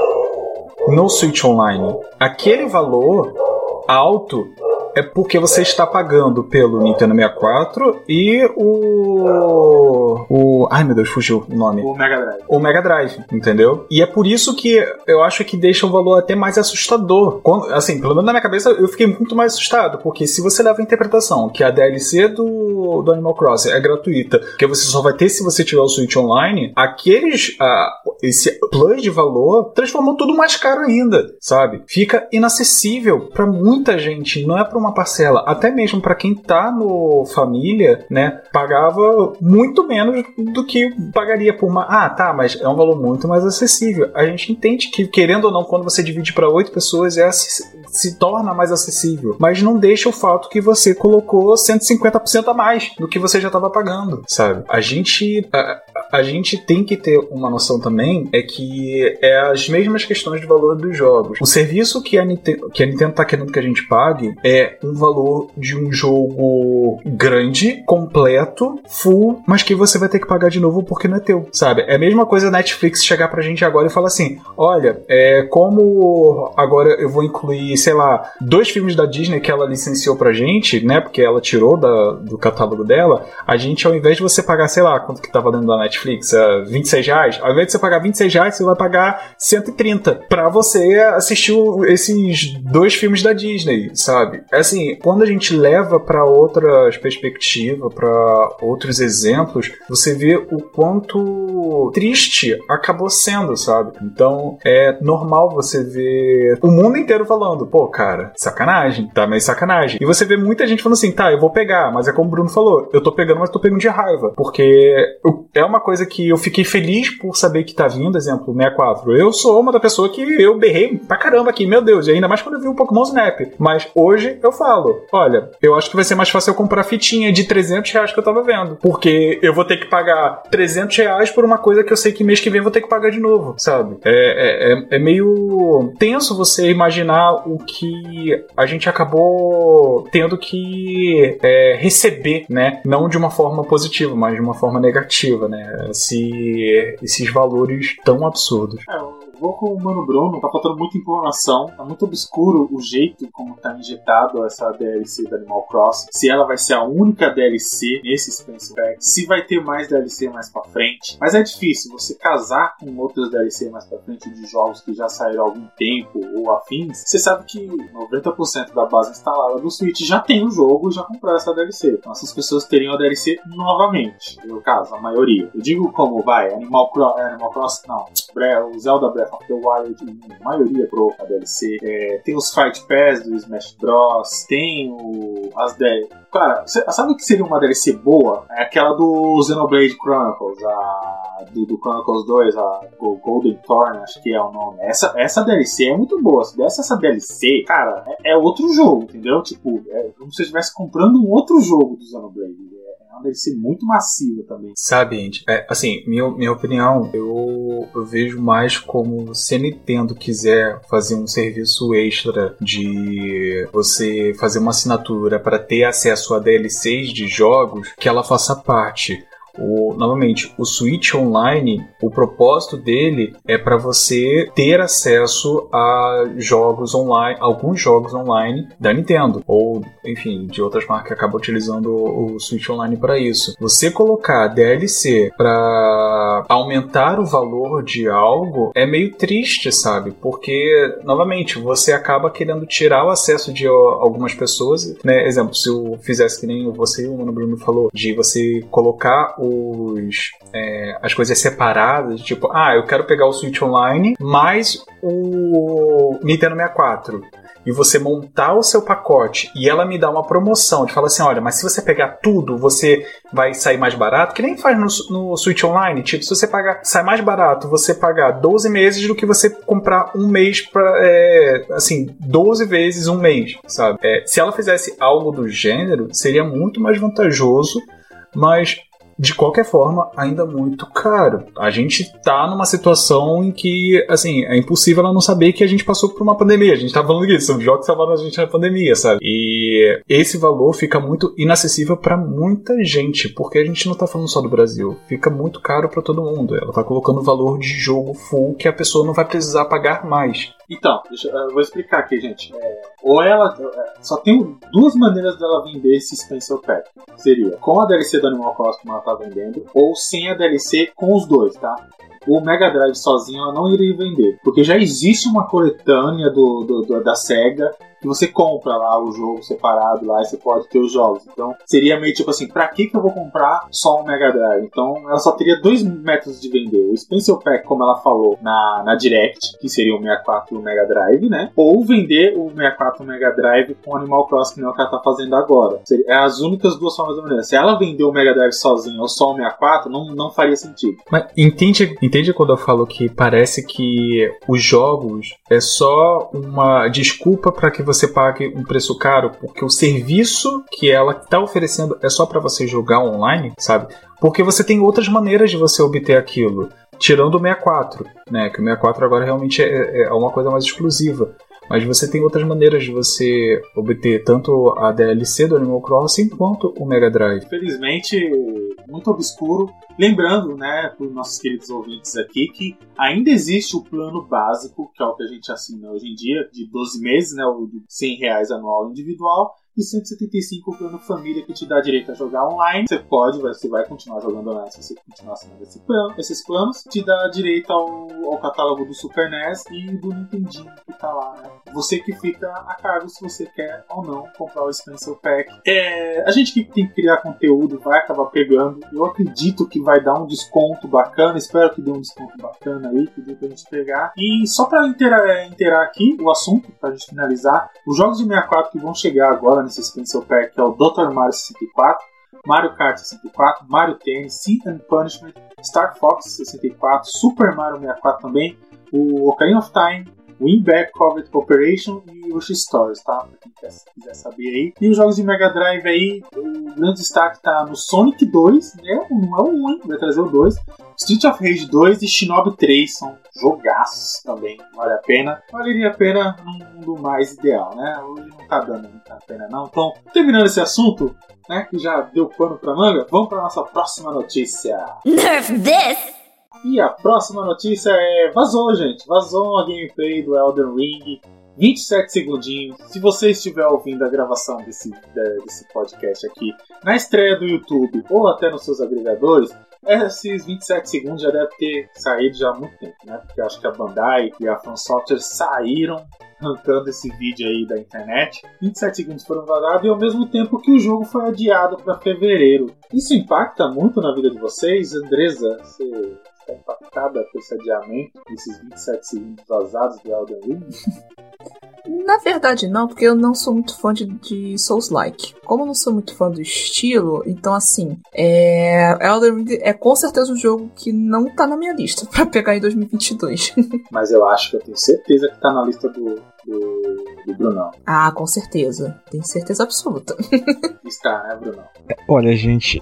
no Switch Online. Aquele valor alto é porque você está pagando pelo Nintendo sessenta e quatro e o... o... Ai, meu Deus, fugiu o nome. O Mega Drive. O Mega Drive, entendeu? E é por isso que eu acho que deixa o valor até mais assustador. Quando, assim, pelo menos na minha cabeça, eu fiquei muito mais assustado, porque se você leva a interpretação que a D L C do, do Animal Crossing é gratuita, que você só vai ter se você tiver o Switch Online, aqueles... Uh, esse plus de valor transformou tudo mais caro ainda, sabe? Fica inacessível pra muita gente, não é pra uma uma parcela, até mesmo para quem tá no família, né, pagava muito menos do que pagaria por uma... Ah, tá, mas é um valor muito mais acessível. A gente entende que, querendo ou não, quando você divide para oito pessoas, é, se torna mais acessível. Mas não deixa o fato que você colocou cento e cinquenta por cento a mais do que você já estava pagando, sabe? A gente... A, a gente tem que ter uma noção também, é que é as mesmas questões de valor dos jogos. O serviço que a Nintendo, que a Nintendo tá querendo que a gente pague é um valor de um jogo grande, completo, full, mas que você vai ter que pagar de novo porque não é teu, sabe? É a mesma coisa a Netflix chegar pra gente agora e falar assim, olha, é, como agora eu vou incluir, sei lá, dois filmes da Disney que ela licenciou pra gente, né, porque ela tirou da, do catálogo dela, a gente, ao invés de você pagar, sei lá, quanto que tá valendo da Netflix, Uh, vinte e seis reais, ao invés de você pagar vinte e seis reais, você vai pagar cento e trinta pra você assistir esses dois filmes da Disney, sabe? Assim, quando a gente leva pra outras perspectivas, pra outros exemplos, você vê o quanto triste acabou sendo, sabe? Então, é normal você ver o mundo inteiro falando, pô, cara, sacanagem, tá meio sacanagem. E você vê muita gente falando assim, tá, eu vou pegar, mas é como o Bruno falou, eu tô pegando, mas tô pegando de raiva, porque é uma coisa que eu fiquei feliz por saber que tá vindo, exemplo, sessenta e quatro. Eu sou uma da pessoa que eu berrei pra caramba aqui, meu Deus, e ainda mais quando eu vi o Pokémon Snap. Mas hoje eu falo, olha, eu acho que vai ser mais fácil eu comprar fitinha de trezentos reais que eu tava vendo, porque eu vou ter que pagar trezentos reais por uma coisa que eu sei que mês que vem eu vou ter que pagar de novo, sabe? É, é, é meio tenso você imaginar o que a gente acabou tendo que é, receber, né? Não de uma forma positiva, mas de uma forma negativa, né? Esse, esses valores tão absurdos. É, eu vou com o Mano Bruno, tá faltando muita informação, tá muito obscuro o jeito como tá injetado essa D L C da Animal Crossing, se ela vai ser a única D L C nesse Expansion Pack, se vai ter mais D L C mais pra frente, mas é difícil você casar com outras D L C mais pra frente de jogos que já saíram há algum tempo ou afins. Você sabe que noventa por cento da base instalada do Switch já tem o jogo e já compraram essa D L C, então essas pessoas teriam a D L C novamente, no caso, a maioria. Eu digo como vai, Animal, Cro- Animal Crossing, não, o Zelda Breath of the Wild, a maioria pro a D L C, é, tem os Fight Pass do Smash Bros, tem o, as D L C. Cara, cê, sabe o que seria uma D L C boa? É aquela do Xenoblade Chronicles, a, do, do Chronicles dois, a Golden Thorn, acho que é o nome. Essa, essa D L C é muito boa. Se desse essa D L C, cara, é, é outro jogo, entendeu? Tipo, é como se você estivesse comprando um outro jogo do Xenoblade. Deve ser muito massiva também. Sabe, gente, é, assim, minha, minha opinião, eu, eu vejo mais como se a Nintendo quiser fazer um serviço extra de você fazer uma assinatura para ter acesso a D L Cs de jogos, que ela faça parte. O, novamente, o Switch Online, o propósito dele é para você ter acesso a jogos online, alguns jogos online da Nintendo, ou, enfim, de outras marcas que acabam utilizando o Switch Online para isso. Você colocar D L C para aumentar o valor de algo é meio triste, sabe? Porque, novamente, você acaba querendo tirar o acesso de algumas pessoas, né? Exemplo, se eu fizesse que nem você e o Mano Bruno falou, de você colocar o Os, é, as coisas separadas, tipo, ah, eu quero pegar o Switch Online mais o Nintendo sessenta e quatro, e você montar o seu pacote e ela me dá uma promoção de falar assim, olha, mas se você pegar tudo, você vai sair mais barato, que nem faz no, no Switch Online, tipo, se você pagar, sai mais barato você pagar doze meses do que você comprar um mês pra, é, assim, doze vezes um mês, sabe? É, se ela fizesse algo do gênero, seria muito mais vantajoso, mas de qualquer forma, ainda muito caro. A gente tá numa situação em que, assim, é impossível ela não saber que a gente passou por uma pandemia. A gente tá falando disso, são jogos que salvaram a gente na pandemia, sabe? E esse valor fica muito inacessível pra muita gente, porque a gente não tá falando só do Brasil. Fica muito caro pra todo mundo. Ela tá colocando o valor de jogo full que a pessoa não vai precisar pagar mais. Então, deixa, eu vou explicar aqui, gente. É, ou ela... Só tem duas maneiras dela vender esse Expansion Pack. Seria com a D L C do Animal Crossing, como ela tá vendendo, ou sem a D L C com os dois, tá? O Mega Drive sozinho ela não iria vender, porque já existe uma coletânea do, do, do, da SEGA que você compra lá o jogo separado lá e você pode ter os jogos. Então seria meio tipo assim, pra que que eu vou comprar só um Mega Drive? Então ela só teria dois métodos de vender. O Special Pack, como ela falou na, na Direct, que seria o sessenta e quatro e o Mega Drive, né? Ou vender o sessenta e quatro e o Mega Drive com Animal Crossing, que não é o que ela tá fazendo agora. É as únicas duas formas da maneira. Se ela vender o Mega Drive sozinho ou só o sessenta e quatro, não, não faria sentido. Mas entende, entende quando eu falo que parece que os jogos é só uma desculpa para que você pague um preço caro, porque o serviço que ela tá oferecendo é só para você jogar online, sabe? Porque você tem outras maneiras de você obter aquilo, tirando o sessenta e quatro, né? Que o sessenta e quatro agora realmente é, é uma coisa mais exclusiva. Mas você tem outras maneiras de você obter tanto a D L C do Animal Crossing quanto o Mega Drive. Infelizmente, muito obscuro. Lembrando, né, para os nossos queridos ouvintes aqui, que ainda existe o plano básico, que é o que a gente assina hoje em dia, de doze meses, né, o de cem reais anual individual, e cento e setenta e cinco o plano família, que te dá direito a jogar online. Você pode, você vai continuar jogando online se você continuar assinando esse plano, esses planos. Te dá direito ao, ao catálogo do Super N E S e do Nintendinho que tá lá, né? Você que fica a cargo se você quer ou não comprar o Special Pack. É, a gente que tem que criar conteúdo vai acabar pegando. Eu acredito que vai dar um desconto bacana. Espero que dê um desconto bacana aí, que dê pra gente pegar. E só pra inteirar, inteirar aqui o assunto, pra gente finalizar, os jogos de sessenta e quatro que vão chegar agora nesse Special Pack é o doutor Mario sessenta e quatro, Mario Kart sessenta e quatro, Mario Tennis, Sin and Punishment, Star Fox sessenta e quatro, Super Mario sessenta e quatro também, o Ocarina of Time, Winback Covert Operation e Yoshi Stories, tá? Pra quem quer, quiser saber aí. E os jogos de Mega Drive aí, o grande destaque tá no Sonic dois, né? Não é o um, hein? Vai trazer o dois. Street of Rage dois e Shinobi três são jogaços também, vale a pena. Valeria a pena num mundo mais ideal, né? Hoje não tá dando muita pena não. Então, terminando esse assunto, né, que já deu pano pra manga, vamos pra nossa próxima notícia. Nerf this! E a próxima notícia é... Vazou, gente. Vazou uma gameplay do Elden Ring. vinte e sete segundinhos. Se você estiver ouvindo a gravação desse, desse podcast aqui na estreia do YouTube ou até nos seus agregadores, esses vinte e sete segundos já deve ter saído já há muito tempo, né? Porque eu acho que a Bandai e a From Software saíram arrancando esse vídeo aí da internet. vinte e sete segundos foram vazados e ao mesmo tempo que o jogo foi adiado para fevereiro. Isso impacta muito na vida de vocês? Andresa, você está impactada por esse adiamento, esses vinte e sete segundos vazados do Elden Ring? Na verdade não, porque eu não sou muito fã de, de Souls-like. Como eu não sou muito fã do estilo, então assim, é... Elden Ring é com certeza um jogo que não tá na minha lista pra pegar em dois mil e vinte e dois. Mas eu acho que eu tenho certeza que tá na lista do, do, do Brunão. Ah, com certeza. Tenho certeza absoluta. Está, né, Brunão? Olha, gente...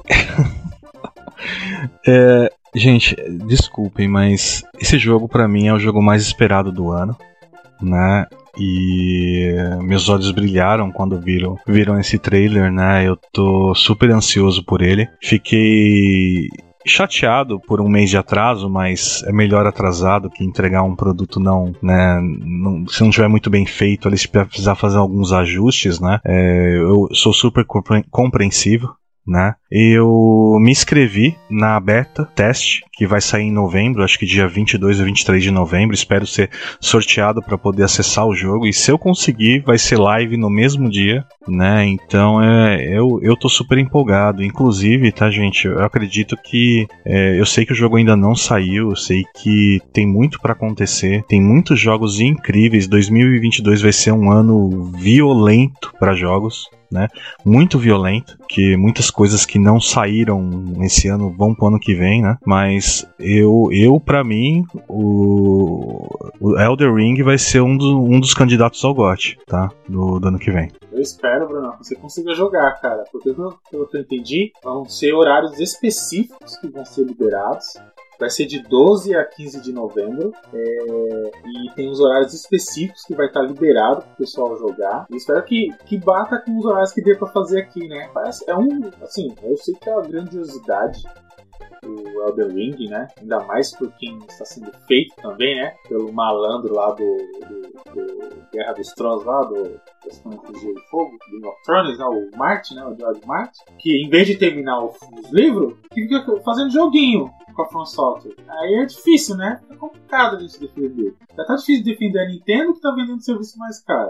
é, gente, desculpem, mas esse jogo pra mim é o jogo mais esperado do ano, né? E meus olhos brilharam quando viram, viram esse trailer, né? Eu tô super ansioso por ele. Fiquei chateado por um mês de atraso, mas é melhor atrasado que entregar um produto não, né? Não, se não tiver muito bem feito, ele precisar fazer alguns ajustes, né? É, eu sou super compreensível, né? Eu me inscrevi na beta teste, que vai sair em novembro, acho que dia vinte e dois ou vinte e três de novembro. Espero ser sorteado para poder acessar o jogo, e se eu conseguir, vai ser live no mesmo dia, né? Então é, eu, eu tô super empolgado. Inclusive, tá, gente, eu acredito que é, eu sei que o jogo ainda não saiu, eu sei que tem muito para acontecer, tem muitos jogos incríveis. dois mil e vinte e dois vai ser um ano violento para jogos, né? Muito violento, que muitas coisas que não saíram nesse ano vão pro ano que vem, né? Mas eu, eu pra mim, o, o Elden Ring vai ser um, do, um dos candidatos ao G O T, tá? Do, do ano que vem. Eu espero, Bruno, que você consiga jogar, cara. Porque pelo que eu entendi, vão ser horários específicos que vão ser liberados. Vai ser de doze a quinze de novembro. É, e tem os horários específicos que vai estar liberado para o pessoal jogar. E espero que, que bata com os horários que dê para fazer aqui, né? Parece, é um... Assim, eu sei que é uma grandiosidade o Elden Ring, né? Ainda mais por quem está sendo feito também, né? Pelo malandro lá do, do, do Guerra dos Tronos lá, do das Crônicas de Gelo e Fogo, Game of Thrones, né? O Martin, né? O George Martin, que em vez de terminar os, os livros, fica fazendo joguinho com a From Software. Aí é difícil, né? É complicado a gente defender. Já tá difícil defender a Nintendo, que tá vendendo serviço mais caro.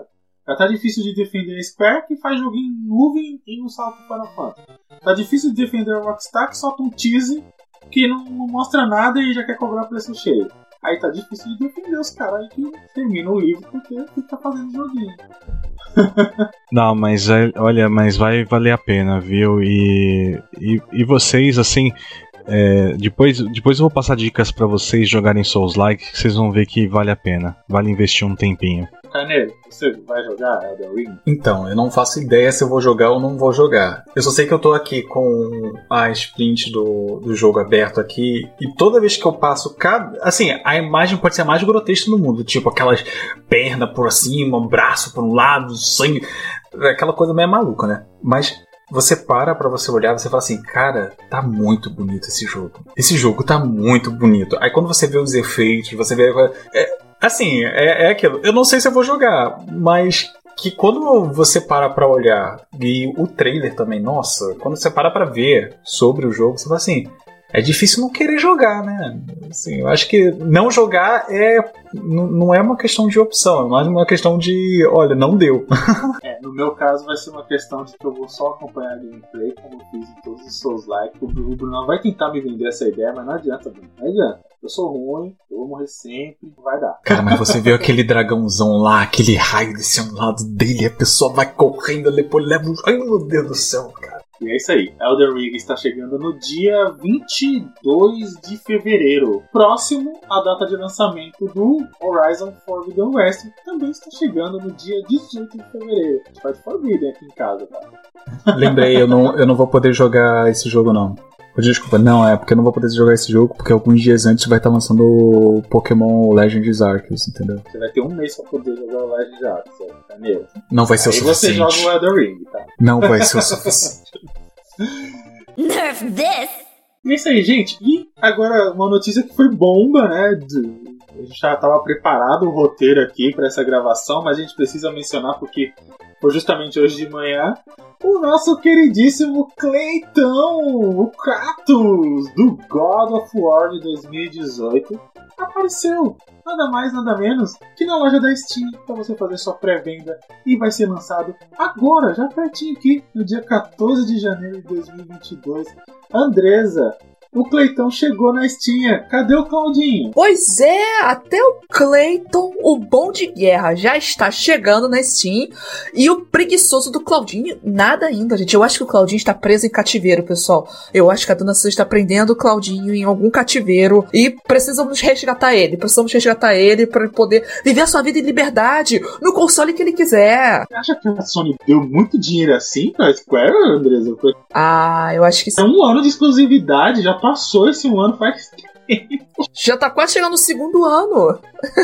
Já tá difícil de defender a Square, que faz jogo em nuvem e não salta o Final Fantasy. Tá difícil de defender a Rockstar, que solta um teaser que não, não mostra nada e já quer cobrar preço cheio. Aí tá difícil de defender os caras aí que terminam o livro porque fica fazendo joguinho. Não, mas olha, mas vai valer a pena, viu? E, e, e vocês, assim, é, depois, depois eu vou passar dicas pra vocês jogarem Souls-like, que vocês vão ver que vale a pena. Vale investir um tempinho. Carneiro, você vai jogar Elden Ring? Então, eu não faço ideia se eu vou jogar ou não vou jogar. Eu só sei que eu tô aqui com a sprint do, do jogo aberto aqui, e toda vez que eu passo, cada, assim, a imagem pode ser a mais grotesca do mundo, tipo aquelas pernas por cima, um braço por um lado, sangue, aquela coisa meio maluca, né? Mas você para pra você olhar, você fala assim, cara, tá muito bonito esse jogo. Esse jogo tá muito bonito. Aí quando você vê os efeitos, você vê... É, assim, é, é aquilo. Eu não sei se eu vou jogar, mas que quando você para pra olhar, e o trailer também, nossa, quando você para pra ver sobre o jogo, você fala assim, é difícil não querer jogar, né? Assim, eu acho que não jogar é, n- não é uma questão de opção, é mais uma questão de, olha, não deu. É, no meu caso vai ser uma questão de que eu vou só acompanhar a gameplay, como eu fiz em todos os Souls-like. O Bruno vai tentar me vender essa ideia, mas não adianta, Bruno, não adianta. Eu sou ruim, eu vou morrer sempre, vai dar. Cara, mas você viu aquele dragãozão lá, aquele raio descendo ao lado dele, a pessoa vai correndo, depois leva um... Ai, meu Deus do céu, cara. E é isso aí, Elden Ring está chegando no dia vinte e dois de fevereiro, próximo à data de lançamento do Horizon Forbidden West, que também está chegando no dia dezoito de fevereiro. A gente faz Forbidden aqui em casa, tá? Lembrei, eu não, eu não vou poder jogar esse jogo, não. Desculpa, não, é porque eu não vou poder jogar esse jogo, porque alguns dias antes vai estar lançando o Pokémon Legends Arceus, entendeu? Você vai ter um mês pra poder jogar o Legends Arceus, entendeu? Não vai ser aí o suficiente. Aí você joga o Elden Ring, tá? Não vai ser o suficiente. Nerf this! E é isso aí, gente. E agora uma notícia que foi bomba, né? De... A gente já estava preparado o roteiro aqui para essa gravação, mas a gente precisa mencionar porque foi justamente hoje de manhã o nosso queridíssimo Cleitão, o Kratos, do God of War de dois mil e dezoito, apareceu. Nada mais, nada menos que na loja da Steam, para você fazer sua pré-venda. E vai ser lançado agora, já pertinho aqui, no dia quatorze de janeiro de dois mil e vinte e dois. Andresa, o Cleitão chegou na Steam. Cadê o Claudinho? Pois é, até o Cleiton, o bom de guerra, já está chegando na Steam. E o preguiçoso do Claudinho, nada ainda, gente. Eu acho que o Claudinho está preso em cativeiro, pessoal. Eu acho que a dona Cida está prendendo o Claudinho em algum cativeiro. E precisamos resgatar ele. Precisamos resgatar ele para poder viver a sua vida em liberdade no console que ele quiser. Você acha que a Sony deu muito dinheiro assim pra Square, Andresa? Ah, eu acho que sim. É um ano de exclusividade, já passou esse um ano, faz tempo. Já tá quase chegando no segundo ano.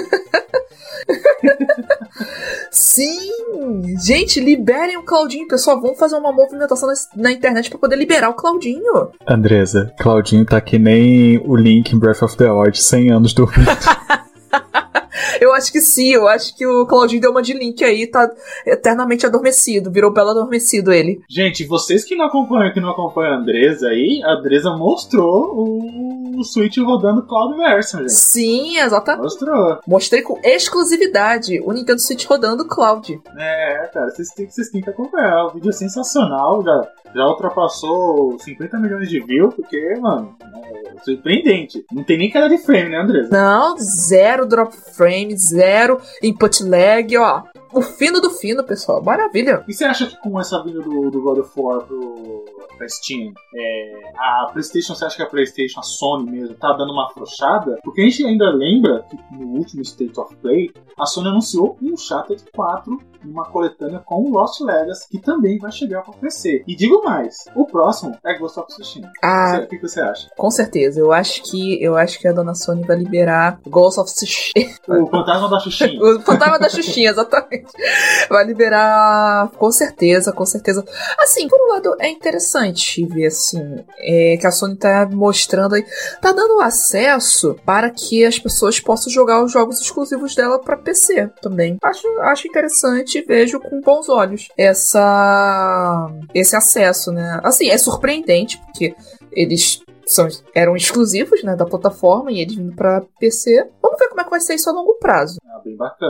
Sim! Gente, liberem o Claudinho, pessoal. Vamos fazer uma movimentação na, na internet pra poder liberar o Claudinho. Andresa, Claudinho tá que nem o Link em Breath of the Wild, cem anos dormindo. Eu acho que sim, eu acho que o Claudinho deu uma de Link aí, tá eternamente adormecido, virou belo adormecido ele. Gente, vocês que não acompanham, que não acompanham a Andresa aí, a Andresa mostrou o Switch rodando Cloud Version, gente. Sim, exatamente. Mostrou. Mostrei com exclusividade o Nintendo Switch rodando Cloud. É, cara, vocês têm, vocês têm que acompanhar. O vídeo é sensacional, já, já ultrapassou cinquenta milhões de views, porque, mano, é surpreendente. Não tem nem queda de frame, né, Andresa? Não, zero drop frame, zero input lag, ó. O fino do fino, pessoal. Maravilha. E você acha que com essa vinda do, do God of War pro, pra Steam, é, a PlayStation, você acha que a PlayStation, a Sony mesmo, tá dando uma afrouxada? Porque a gente ainda lembra que no último State of Play, a Sony anunciou um Uncharted quatro, uma coletânea com o Lost Legacy, que também vai chegar para P C. E digo mais, o próximo é Ghost of Tsushima. Ah, o que você acha? Com certeza. Eu acho que eu acho que a dona Sony vai liberar Ghost of Tsushima. O Fantasma da Xuxinha. O Fantasma da Xuxinha, exatamente. Vai liberar, com certeza, com certeza. Assim, por um lado, é interessante ver, assim, é, que a Sony tá mostrando aí, tá dando acesso para que as pessoas possam jogar os jogos exclusivos dela para P C também. Acho, acho interessante e vejo com bons olhos essa, esse acesso, né? Assim, é surpreendente, porque eles são, eram exclusivos, né, da plataforma e eles vindo pra P C. Vamos ver como é que vai ser isso a longo prazo. Ah, bem bacana.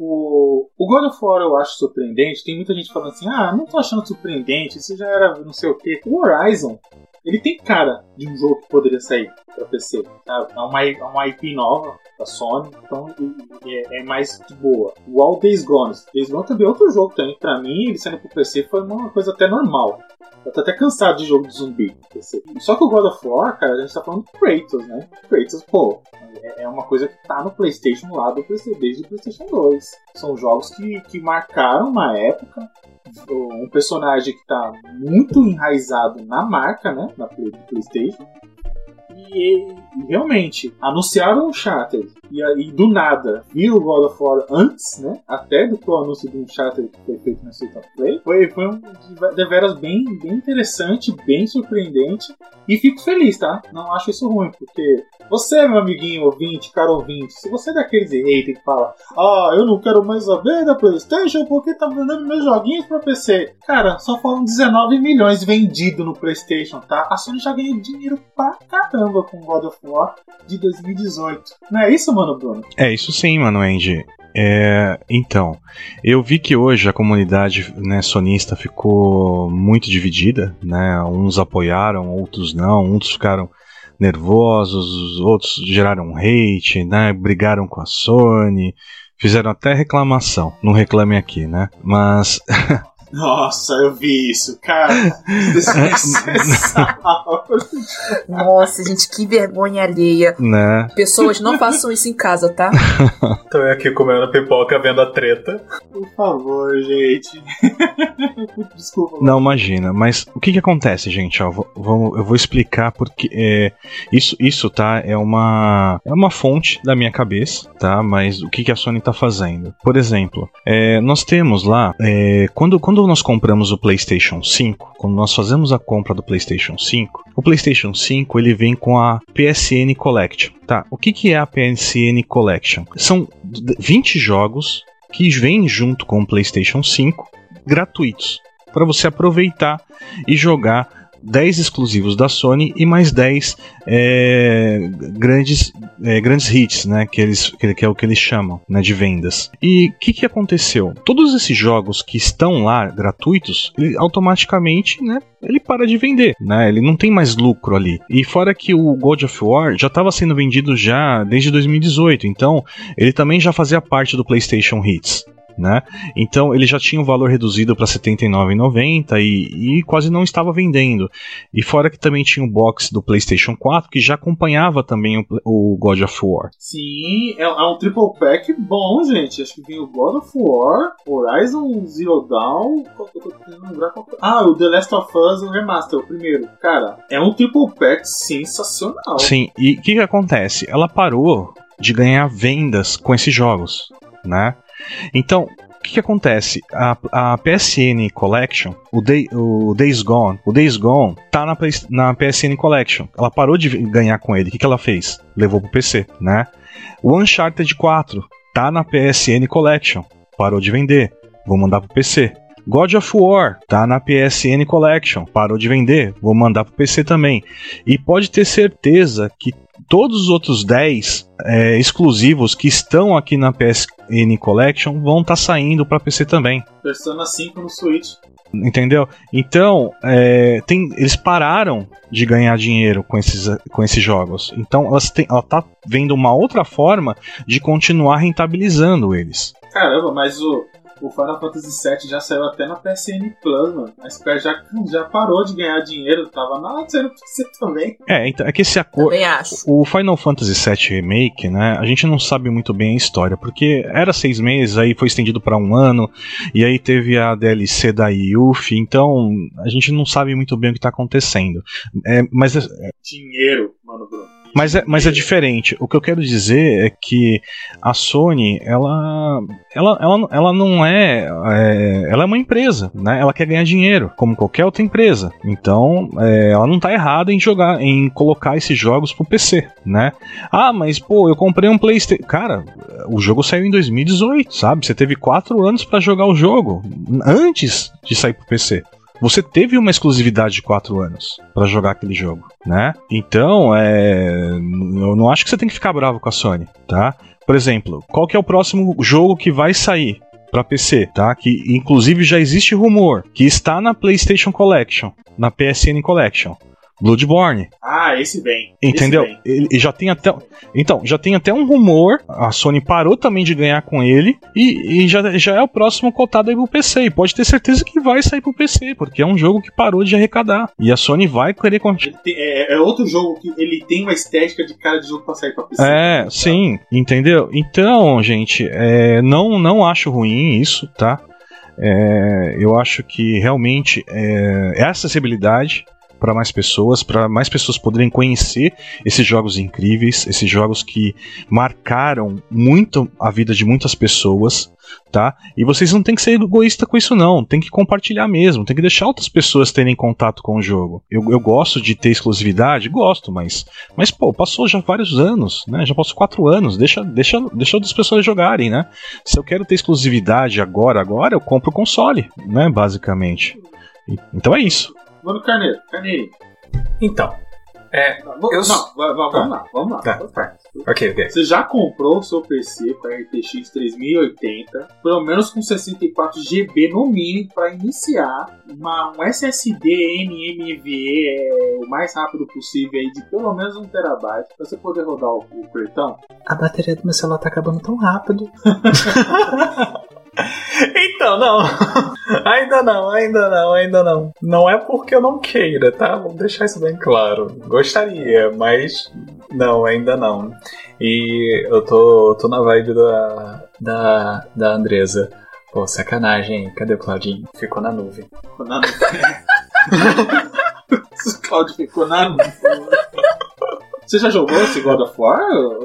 O, o God of War eu acho surpreendente. Tem muita gente falando assim, ah, não tô achando surpreendente, isso já era não sei o quê. O Horizon, ele tem cara de um jogo que poderia sair pra P C, sabe? É uma, é uma I P nova da Sony, então é, é mais de boa. Igual o Days Gone. Days Gone também é outro jogo também. Pra mim, ele saindo pro P C foi uma coisa até normal. Eu tô até cansado de jogo de zumbi. Só que o God of War, cara, a gente tá falando do Kratos, né? Kratos, pô, é uma coisa que tá no PlayStation lá do P C, desde o PlayStation dois. São jogos que, que marcaram uma época. Um personagem que tá muito enraizado na marca, né? Na PlayStation. E, e realmente, anunciaram o Uncharted e aí do nada viram o God of War antes, né? Até do que o anúncio do Uncharted que foi feito no State of Play. Foi, foi um deveras bem, bem interessante, bem surpreendente. E fico feliz, tá? Não acho isso ruim, porque você, meu amiguinho ouvinte, caro ouvinte, se você é daqueles hater que fala, ah, eu não quero mais saber da PlayStation porque tá vendendo meus joguinhos pra P C. Cara, só foram dezenove milhões vendidos no PlayStation, tá? A Sony já ganhou dinheiro pra caramba com God of War de dois mil e dezoito. Não é isso, mano, Bruno? É isso sim, mano, Andy. É, então, eu vi que hoje a comunidade, né, sonista ficou muito dividida, né? Uns apoiaram, outros não, uns ficaram nervosos, outros geraram hate, né? Brigaram com a Sony, fizeram até reclamação. Não reclamem aqui, né? Mas nossa, eu vi isso, cara. Nossa, gente, que vergonha alheia. Né? Pessoas, não façam isso em casa, tá? Tô aqui comendo pipoca, vendo a treta. Por favor, gente. Desculpa. Não, imagina. Mas o que que acontece, gente? Ó, vou, eu vou explicar porque é, isso, isso, tá? É uma, é uma fonte da minha cabeça, tá? Mas o que que a Sony tá fazendo? Por exemplo, é, nós temos lá, é, quando, quando nós compramos o PlayStation cinco, quando nós fazemos a compra do PlayStation cinco, o PlayStation cinco ele vem com a P S N Collection. Tá, o que que é a P S N Collection? São vinte jogos que vêm junto com o PlayStation cinco, gratuitos, para você aproveitar e jogar dez exclusivos da Sony e mais dez é, grandes, é, grandes hits, né, que, eles, que, que é o que eles chamam, né, de vendas. E o que, que aconteceu? Todos esses jogos que estão lá gratuitos, ele, automaticamente, né, ele para de vender, né, ele não tem mais lucro ali. E fora que o God of War já estava sendo vendido já desde dois mil e dezoito, então ele também já fazia parte do PlayStation Hits. Né? Então ele já tinha o valor reduzido para setenta e nove reais e noventa centavos e, e quase não estava vendendo. E fora que também tinha o box do PlayStation quatro que já acompanhava também o, o God of War. Sim, é, é um triple pack bom, gente. Acho que vem o God of War, Horizon Zero Dawn, qual, eu tô tentando lembrar qual, ah, o The Last of Us, o Remaster, o primeiro. Cara, é um triple pack sensacional. Sim, e o que, que acontece? Ela parou de ganhar vendas com esses jogos, né? Então, o que, que acontece? A, a P S N Collection, o, Day, o Days Gone, o Days Gone tá na, na P S N Collection. Ela parou de ganhar com ele. O que, que ela fez? Levou pro P C, né? O Uncharted quatro tá na P S N Collection. Parou de vender. Vou mandar pro P C. God of War tá na P S N Collection. Parou de vender. Vou mandar pro P C também. E pode ter certeza que todos os outros dez é, exclusivos que estão aqui na P S N Collection vão estar tá saindo para P C também. Persona cinco no Switch. Entendeu? Então, é, tem, eles pararam de ganhar dinheiro com esses, com esses jogos. Então, elas têm, ela tá vendo uma outra forma de continuar rentabilizando eles. Caramba, mas o... O Final Fantasy sete já saiu até na P S N Plus, mano. A Square já, já parou de ganhar dinheiro. Tava na hora de sair no P C também. É, então, é que esse acordo... Também acho. O Final Fantasy sete Remake, né? A gente não sabe muito bem a história. Porque era seis meses, aí foi estendido pra um ano. E aí teve a D L C da Yuffie. Então, a gente não sabe muito bem o que tá acontecendo. É, mas... É... Dinheiro, mano, Bruno. Mas é, mas é diferente. O que eu quero dizer é que a Sony, ela, ela, ela, ela não é, é... Ela é uma empresa, né? Ela quer ganhar dinheiro, como qualquer outra empresa. Então, é, ela não tá errada em jogar, em colocar esses jogos pro P C, né? Ah, mas, pô, eu comprei um PlayStation... Cara, o jogo saiu em dois mil e dezoito, sabe? Você teve quatro anos pra jogar o jogo, antes de sair pro P C. você teve uma exclusividade de quatro anos para jogar aquele jogo, né? Então, é, eu não acho que você tem que ficar bravo com a Sony, tá? Por exemplo, qual que é o próximo jogo que vai sair para P C, tá? Que inclusive já existe rumor que está na PlayStation Collection, na P S N Collection. Bloodborne. Ah, esse bem. Entendeu? Esse bem. Ele já tem até, então, já tem até um rumor. A Sony parou também de ganhar com ele e, e já, já é o próximo cotado aí pro P C. E pode ter certeza que vai sair pro P C, porque é um jogo que parou de arrecadar. E a Sony vai querer continuar. É, é outro jogo que ele tem uma estética de cara de jogo pra sair pra P C. É, tá? Sim, entendeu? Então, gente, é, não, não acho ruim isso, tá? É, eu acho que realmente é, é acessibilidade para mais pessoas, para mais pessoas poderem conhecer esses jogos incríveis, esses jogos que marcaram muito a vida de muitas pessoas, tá? E vocês não tem que ser egoísta com isso não, tem que compartilhar mesmo, tem que deixar outras pessoas terem contato com o jogo. Eu, eu gosto de ter exclusividade, gosto, mas, mas pô, passou já vários anos, né? Já passou quatro anos, deixa, deixa, deixa outras pessoas jogarem, né? Se eu quero ter exclusividade agora, agora eu compro o console, né? Basicamente. E, então é isso. Mano, Carneiro, Carneiro. Então, é... Não, eu... não vamos tá. lá, vamos lá. Tá, tá. Ok, ok. Você já comprou o seu P C com a R T X três mil e oitenta, pelo menos com sessenta e quatro gigabytes no mínimo, para iniciar uma, um S S D N M V E é, o mais rápido possível aí, de pelo menos um terabyte, para você poder rodar o, o Cretão? A bateria do meu celular tá acabando tão rápido. Então, não. Ainda não, ainda não, ainda não. Não é porque eu não queira, tá? Vou deixar isso bem claro. Gostaria, mas não, ainda não. E eu tô, tô na vibe da, da, da Andresa. Pô, sacanagem, hein? Cadê o Claudinho? Ficou na nuvem. Ficou na nuvem. O Claudio ficou na nuvem. Você já jogou esse God of War?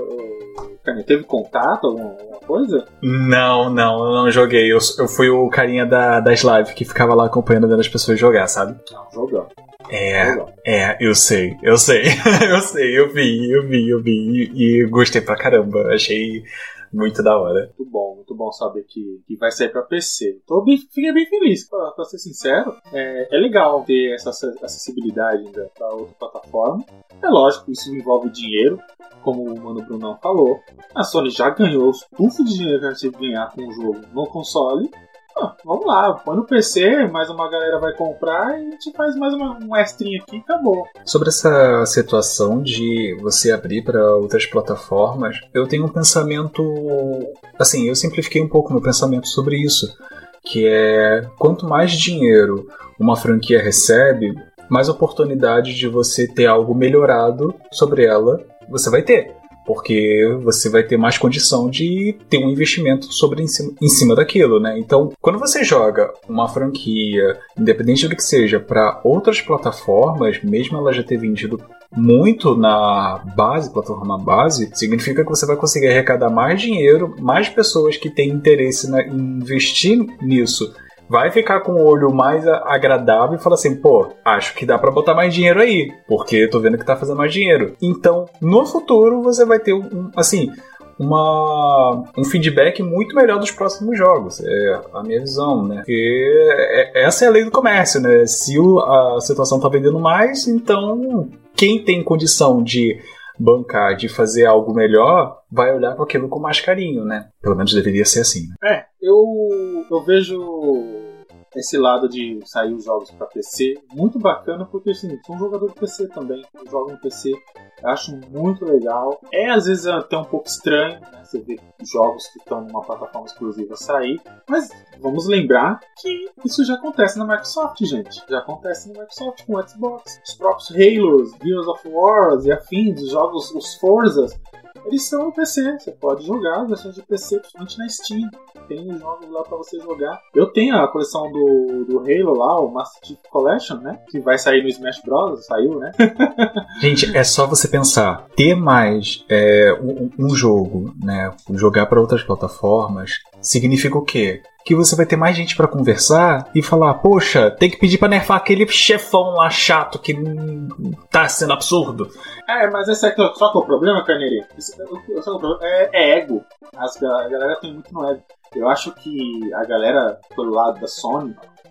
Teve contato, alguma coisa? Não, não, eu não joguei. Eu, eu fui o carinha da, das lives que ficava lá acompanhando vendo as pessoas jogar, sabe? Não, jogou. É, jogou. é, eu sei, eu sei, eu sei, eu vi, eu vi, eu vi e, e gostei pra caramba, achei muito da hora. Muito bom, muito bom saber que, que vai sair pra P C. Tô bem, fiquei bem feliz, pra, pra ser sincero. É, é legal ter essa acessibilidade ainda pra outra plataforma. É lógico, isso envolve dinheiro, como o Mano Brunão falou. A Sony já ganhou os tufos de dinheiro que a gente ganhar com o jogo no console. Ah, vamos lá, põe no P C, mais uma galera vai comprar e a gente faz mais uma, um extrinho aqui e acabou. Sobre essa situação de você abrir para outras plataformas, eu tenho um pensamento... Assim, eu simplifiquei um pouco meu pensamento sobre isso, que é quanto mais dinheiro uma franquia recebe, mais oportunidade de você ter algo melhorado sobre ela você vai ter. Porque você vai ter mais condição de ter um investimento sobre, em, cima, em cima daquilo, né? Então, quando você joga uma franquia, independente do que seja, para outras plataformas, mesmo ela já ter vendido muito na base, plataforma base, significa que você vai conseguir arrecadar mais dinheiro, mais pessoas que têm interesse na, em investir nisso. Vai ficar com o olho mais agradável e fala assim, pô, acho que dá pra botar mais dinheiro aí, porque tô vendo que tá fazendo mais dinheiro. Então, no futuro, você vai ter, um, assim, uma, um feedback muito melhor dos próximos jogos. É a minha visão, né? Porque é, essa é a lei do comércio, né? Se o, a situação tá vendendo mais, então quem tem condição de bancar, de fazer algo melhor, vai olhar para aquilo com mais carinho, né? Pelo menos deveria ser assim, né? É, eu, eu vejo esse lado de sair os jogos para P C muito bacana, porque assim, sou um jogador de P C também, eu jogo no P C, eu acho muito legal. É às vezes até um pouco estranho, né? Você vê jogos que estão numa plataforma exclusiva sair, mas vamos lembrar que isso já acontece na Microsoft, gente. Já acontece na Microsoft com o Xbox. Os próprios Halos, Gears of War e afins, os jogos, os Forzas, eles são no P C. Você pode jogar as versões de P C, principalmente na Steam. Tem os jogos lá pra você jogar. Eu tenho a coleção do, do Halo lá, o Master Chief Collection, né? Que vai sair no Smash Bros. Saiu, né? Gente, é só você pensar. Ter mais é, um, um jogo, né? Jogar pra outras plataformas, significa o quê? Que você vai ter mais gente pra conversar e falar, poxa, tem que pedir pra nerfar aquele chefão lá chato que tá sendo absurdo. É, mas esse é só que é o problema, Carneirinho. Esse, esse é, o problema, é, é ego. As, a galera tem muito no ego. Eu acho que a galera, pelo lado da Sony,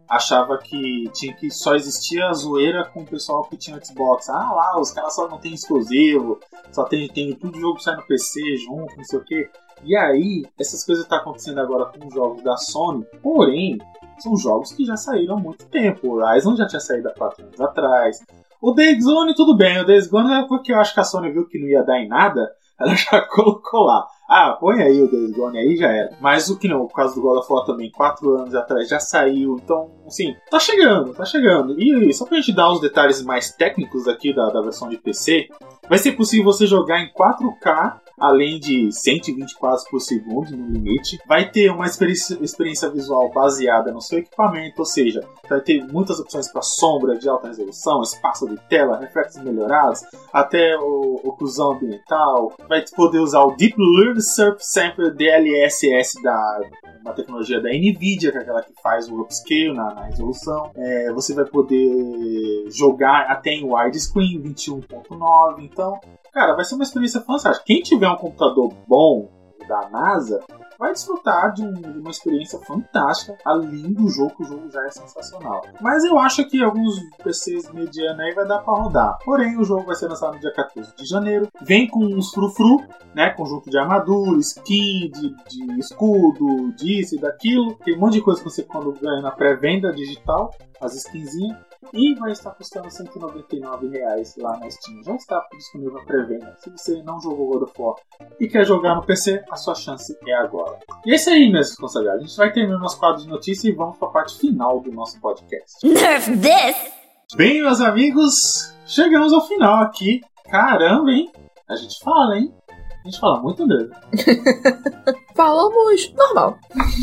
achava que tinha que só existia a zoeira com o pessoal que tinha Xbox. Ah lá, os caras só não tem exclusivo, só tem, tem tudo jogo que sai no P C junto, não sei o que. E aí, essas coisas estão acontecendo agora com os jogos da Sony, porém, são jogos que já saíram há muito tempo. O Horizon já tinha saído há quatro anos atrás. O Days Gone, tudo bem, o Days Gone é porque eu acho que a Sony viu que não ia dar em nada, ela já colocou lá. Ah, põe aí o Days Gone, aí já era. Mas o que não, por causa do God of War também, quatro anos atrás já saiu, então, assim, tá chegando, tá chegando. E só pra gente dar os detalhes mais técnicos aqui da, da versão de P C, vai ser possível você jogar em quatro K, além de cento e vinte quadros por segundo no limite. Vai ter uma experiência, experiência visual baseada no seu equipamento, ou seja, vai ter muitas opções para sombra de alta resolução, espaço de tela, reflexos melhorados, até o, oclusão ambiental. Vai poder usar o Deep Learning Surface Sampler D L S S da uma tecnologia da NVIDIA, que é aquela que faz o upscale na, na resolução. É, você vai poder jogar até em widescreen vinte e um ponto nove, então, cara, vai ser uma experiência fantástica. Quem tiver um computador bom da NASA vai desfrutar de, um, de uma experiência fantástica, além do jogo, que o jogo já é sensacional. Mas eu acho que alguns P Cs medianos aí vai dar pra rodar. Porém, o jogo vai ser lançado no dia quatorze de janeiro. Vem com uns frufru, né? Conjunto de armadura, skin, de, de escudo, disso e daquilo. Tem um monte de coisa que você quando ganha na pré-venda digital, as skinzinhas. E vai estar custando cento e noventa e nove reais lá na Steam. Já está disponível a pré-venda. Se você não jogou God of War e quer jogar no P C, a sua chance é agora. E é isso aí, meus consagrados. A gente vai terminar o nosso quadro de notícias e vamos para a parte final do nosso podcast. Nerf this! Bem, meus amigos, chegamos ao final aqui. Caramba, hein? A gente fala, hein? A gente fala muito mesmo. Falamos normal.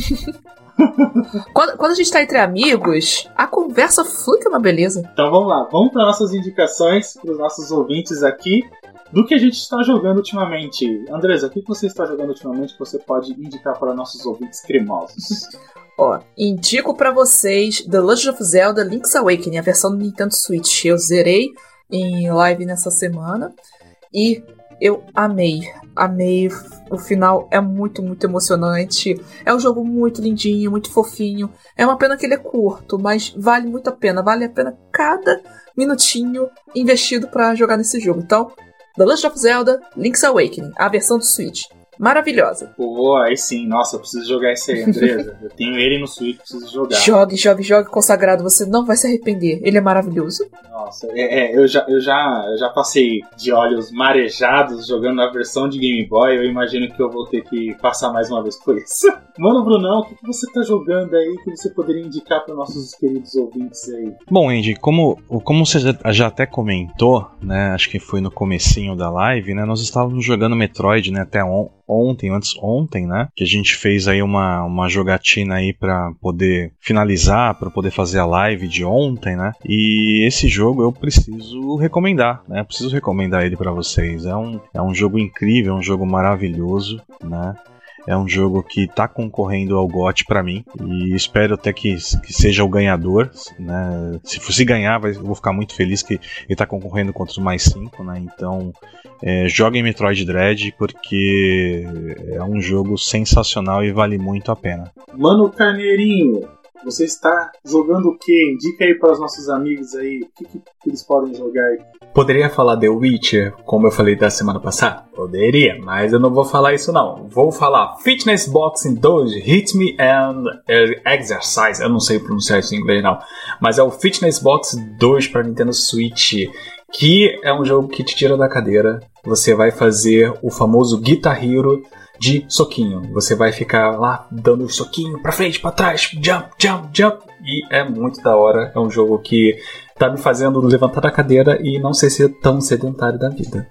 quando, quando a gente tá entre amigos, a conversa flui que é uma beleza. Então vamos lá, vamos para nossas indicações para os nossos ouvintes aqui do que a gente está jogando ultimamente. Andresa, o que você está jogando ultimamente que você pode indicar para nossos ouvintes cremosos? Ó, indico pra vocês The Legend of Zelda Link's Awakening, a versão do Nintendo Switch. Eu zerei em live nessa semana e eu amei, amei. O final é muito, muito emocionante. É um jogo muito lindinho, muito fofinho. É uma pena que ele é curto, mas vale muito a pena. Vale a pena cada minutinho investido pra jogar nesse jogo. Então, The Legend of Zelda Link's Awakening, a versão do Switch. Maravilhosa. Pô, aí sim. Nossa, eu preciso jogar esse aí, Andresa. Eu tenho ele no Switch, preciso jogar. Jogue, jogue, jogue, consagrado. Você não vai se arrepender. Ele é maravilhoso. Nossa, é, é, eu, já, eu, já, eu já passei de olhos marejados jogando na versão de Game Boy. Eu imagino que eu vou ter que passar mais uma vez por isso. Mano, Brunão, o que, que você tá jogando aí que você poderia indicar para nossos queridos ouvintes aí? Bom, Andy, como, como você já até comentou, né, acho que foi no comecinho da live, né, nós estávamos jogando Metroid, né, até on, ontem, antes ontem, né, que a gente fez aí uma, uma jogatina aí para poder finalizar, para poder fazer a live de ontem, né, e esse jogo eu preciso recomendar, né, eu preciso recomendar ele para vocês. É um, é um jogo incrível, é um jogo maravilhoso, né. É um jogo que está concorrendo ao G O T pra mim e espero até que, que seja o ganhador, né? Se fosse ganhar, vai, eu vou ficar muito feliz que ele está concorrendo contra os mais cinco, né? Então, é, joguem Metroid Dread porque é um jogo sensacional e vale muito a pena. Mano Carneirinho, você está jogando o quê? Indica aí para os nossos amigos aí o que, que, que eles podem jogar aí. Poderia falar The Witcher, como eu falei da semana passada? Poderia, mas eu não vou falar isso não. Vou falar Fitness Boxing dois, Hit Me and Exercise. Eu não sei pronunciar isso em inglês não. Mas é o Fitness Boxing dois para Nintendo Switch, que é um jogo que te tira da cadeira. Você vai fazer o famoso Guitar Hero de soquinho. Você vai ficar lá dando soquinho pra frente, pra trás, jump, jump, jump. E é muito da hora. É um jogo que tá me fazendo levantar da cadeira e não ser ser tão sedentário da vida.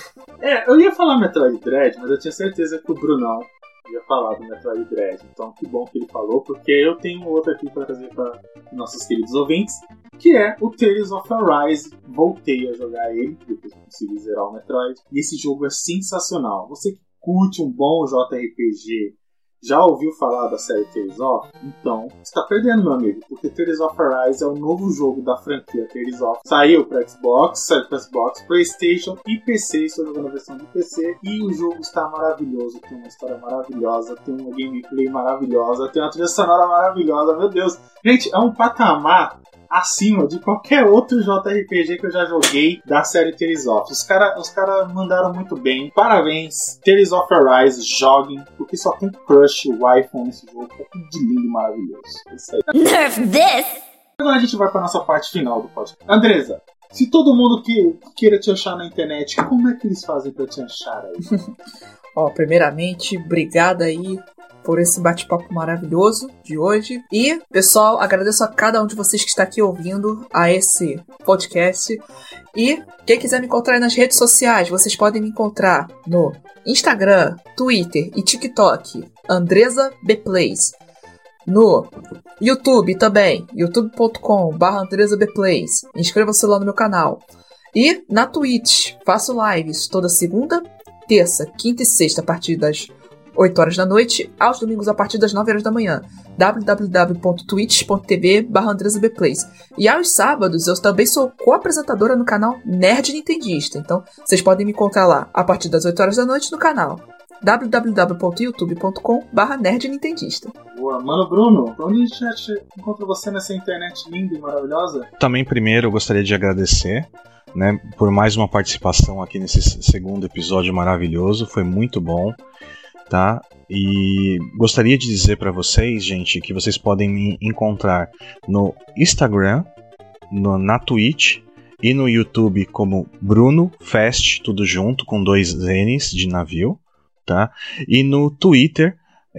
É, eu ia falar Metroid Dread, mas eu tinha certeza que o Brunão ia falar do Metroid Dread. Então que bom que ele falou, porque eu tenho outro aqui para trazer para nossos queridos ouvintes, que é o Tales of Arise. Voltei a jogar ele, depois que consegui zerar o Metroid. E esse jogo é sensacional. Você que curte um bom J R P G, já ouviu falar da série Tales of? Então, você tá perdendo, meu amigo, porque Tales of Arise é o novo jogo da franquia Tales of. Saiu para Xbox, saiu para Xbox, PlayStation e P C. Estou jogando a versão de P C e o jogo está maravilhoso. Tem uma história maravilhosa, tem uma gameplay maravilhosa, tem uma trilha sonora maravilhosa. Meu Deus, Gente, é um patamar acima de qualquer outro J R P G que eu já joguei da série Tales of. Os caras os cara mandaram muito bem. Parabéns, Tales of Arise, joguem, porque só tem crush waifu nesse jogo. É tudo de lindo e maravilhoso. Isso aí. Nerf this! Agora a gente vai para nossa parte final do podcast. Andresa, se todo mundo que queira te achar na internet, como é que eles fazem para te achar aí? Ó, primeiramente, obrigada aí por esse bate-papo maravilhoso de hoje. E, pessoal, agradeço a cada um de vocês que está aqui ouvindo a esse podcast. E quem quiser me encontrar aí nas redes sociais, vocês podem me encontrar no Instagram, Twitter e TikTok, Andresa Bplays. No YouTube também, youtube ponto com barra Andresa Bplays. Inscreva-se lá no meu canal. E na Twitch, faço lives toda segunda, terça, quinta e sexta a partir das oito horas da noite, aos domingos a partir das nove horas da manhã. w w w ponto twitch ponto t v barra Andresa Bplays. E aos sábados eu também sou co-apresentadora no canal Nerd Nintendista. Então vocês podem me encontrar lá a partir das oito horas da noite no canal w w w ponto youtube ponto com barra Nerd Nintendista. Boa, Mano Bruno, onde a gente encontra você nessa internet linda e maravilhosa? Também primeiro eu gostaria de agradecer, né, por mais uma participação aqui nesse segundo episódio maravilhoso. Foi muito bom, tá? E gostaria de dizer para vocês, gente, que vocês podem me encontrar no Instagram, no, na Twitch e no YouTube como Bruno Fest, tudo junto, com dois N's de navio, tá? E no Twitter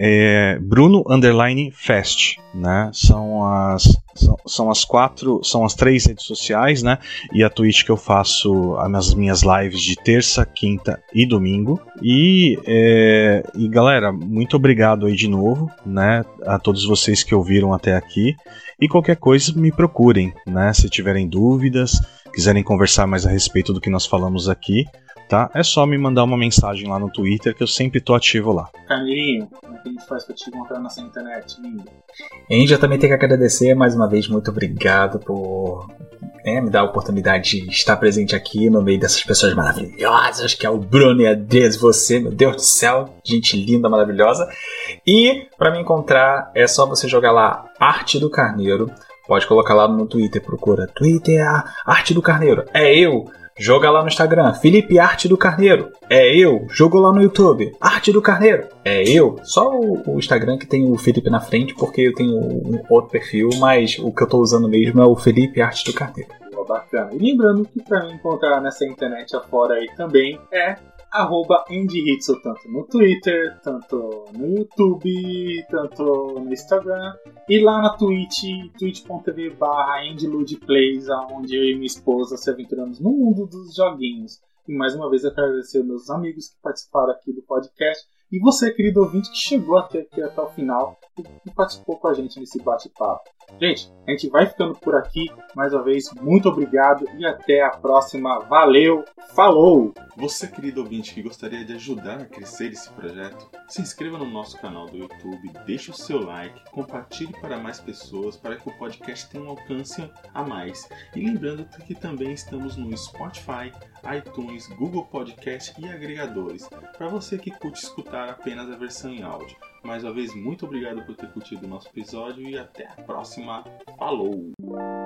é Bruno underline Fest, né? São as são, são as quatro, são as três redes sociais, né? E a Twitch que eu faço as minhas lives de terça, quinta e domingo. E, é, e galera, muito obrigado aí de novo, né? A todos vocês que ouviram até aqui. E qualquer coisa me procurem, né? Se tiverem dúvidas, quiserem conversar mais a respeito do que nós falamos aqui, tá? É só me mandar uma mensagem lá no Twitter que eu sempre tô ativo lá. Carneirinho, como é que a gente faz pra te encontrar nessa internet, lindo? A gente já também tem que agradecer mais uma vez, muito obrigado por né, me dar a oportunidade de estar presente aqui no meio dessas pessoas maravilhosas, que é o Bruno e a Des, você, meu Deus do céu, gente linda, maravilhosa. E para me encontrar é só você jogar lá Arte do Carneiro, pode colocar lá no Twitter, procura Twitter, Arte do Carneiro, é eu. Joga lá no Instagram, Felipe Arte do Carneiro, é eu. Jogo lá no YouTube, Arte do Carneiro, é eu. Só o, o Instagram que tem o Felipe na frente, porque eu tenho um outro perfil, mas o que eu tô usando mesmo é o Felipe Arte do Carneiro. Oh, bacana. E lembrando que pra me encontrar nessa internet afora aí também é arroba AndyHitsu, tanto no Twitter, tanto no YouTube, tanto no Instagram e lá na Twitch, twitch ponto t v barra AndyLudPlays, onde eu e minha esposa se aventuramos no mundo dos joguinhos. E mais uma vez eu quero agradecer meus amigos que participaram aqui do podcast e você, querido ouvinte, que chegou até aqui até o final e participou com a gente nesse bate-papo. Gente, a gente vai ficando por aqui. Mais uma vez, muito obrigado e até a próxima. Valeu, falou! Você, querido ouvinte, que gostaria de ajudar a crescer esse projeto, se inscreva no nosso canal do YouTube, deixe o seu like, compartilhe para mais pessoas para que o podcast tenha um alcance a mais. E lembrando que também estamos no Spotify, iTunes, Google Podcast e agregadores, para você que curte escutar apenas a versão em áudio. Mais uma vez, muito obrigado por ter curtido o nosso episódio e até a próxima. Falou!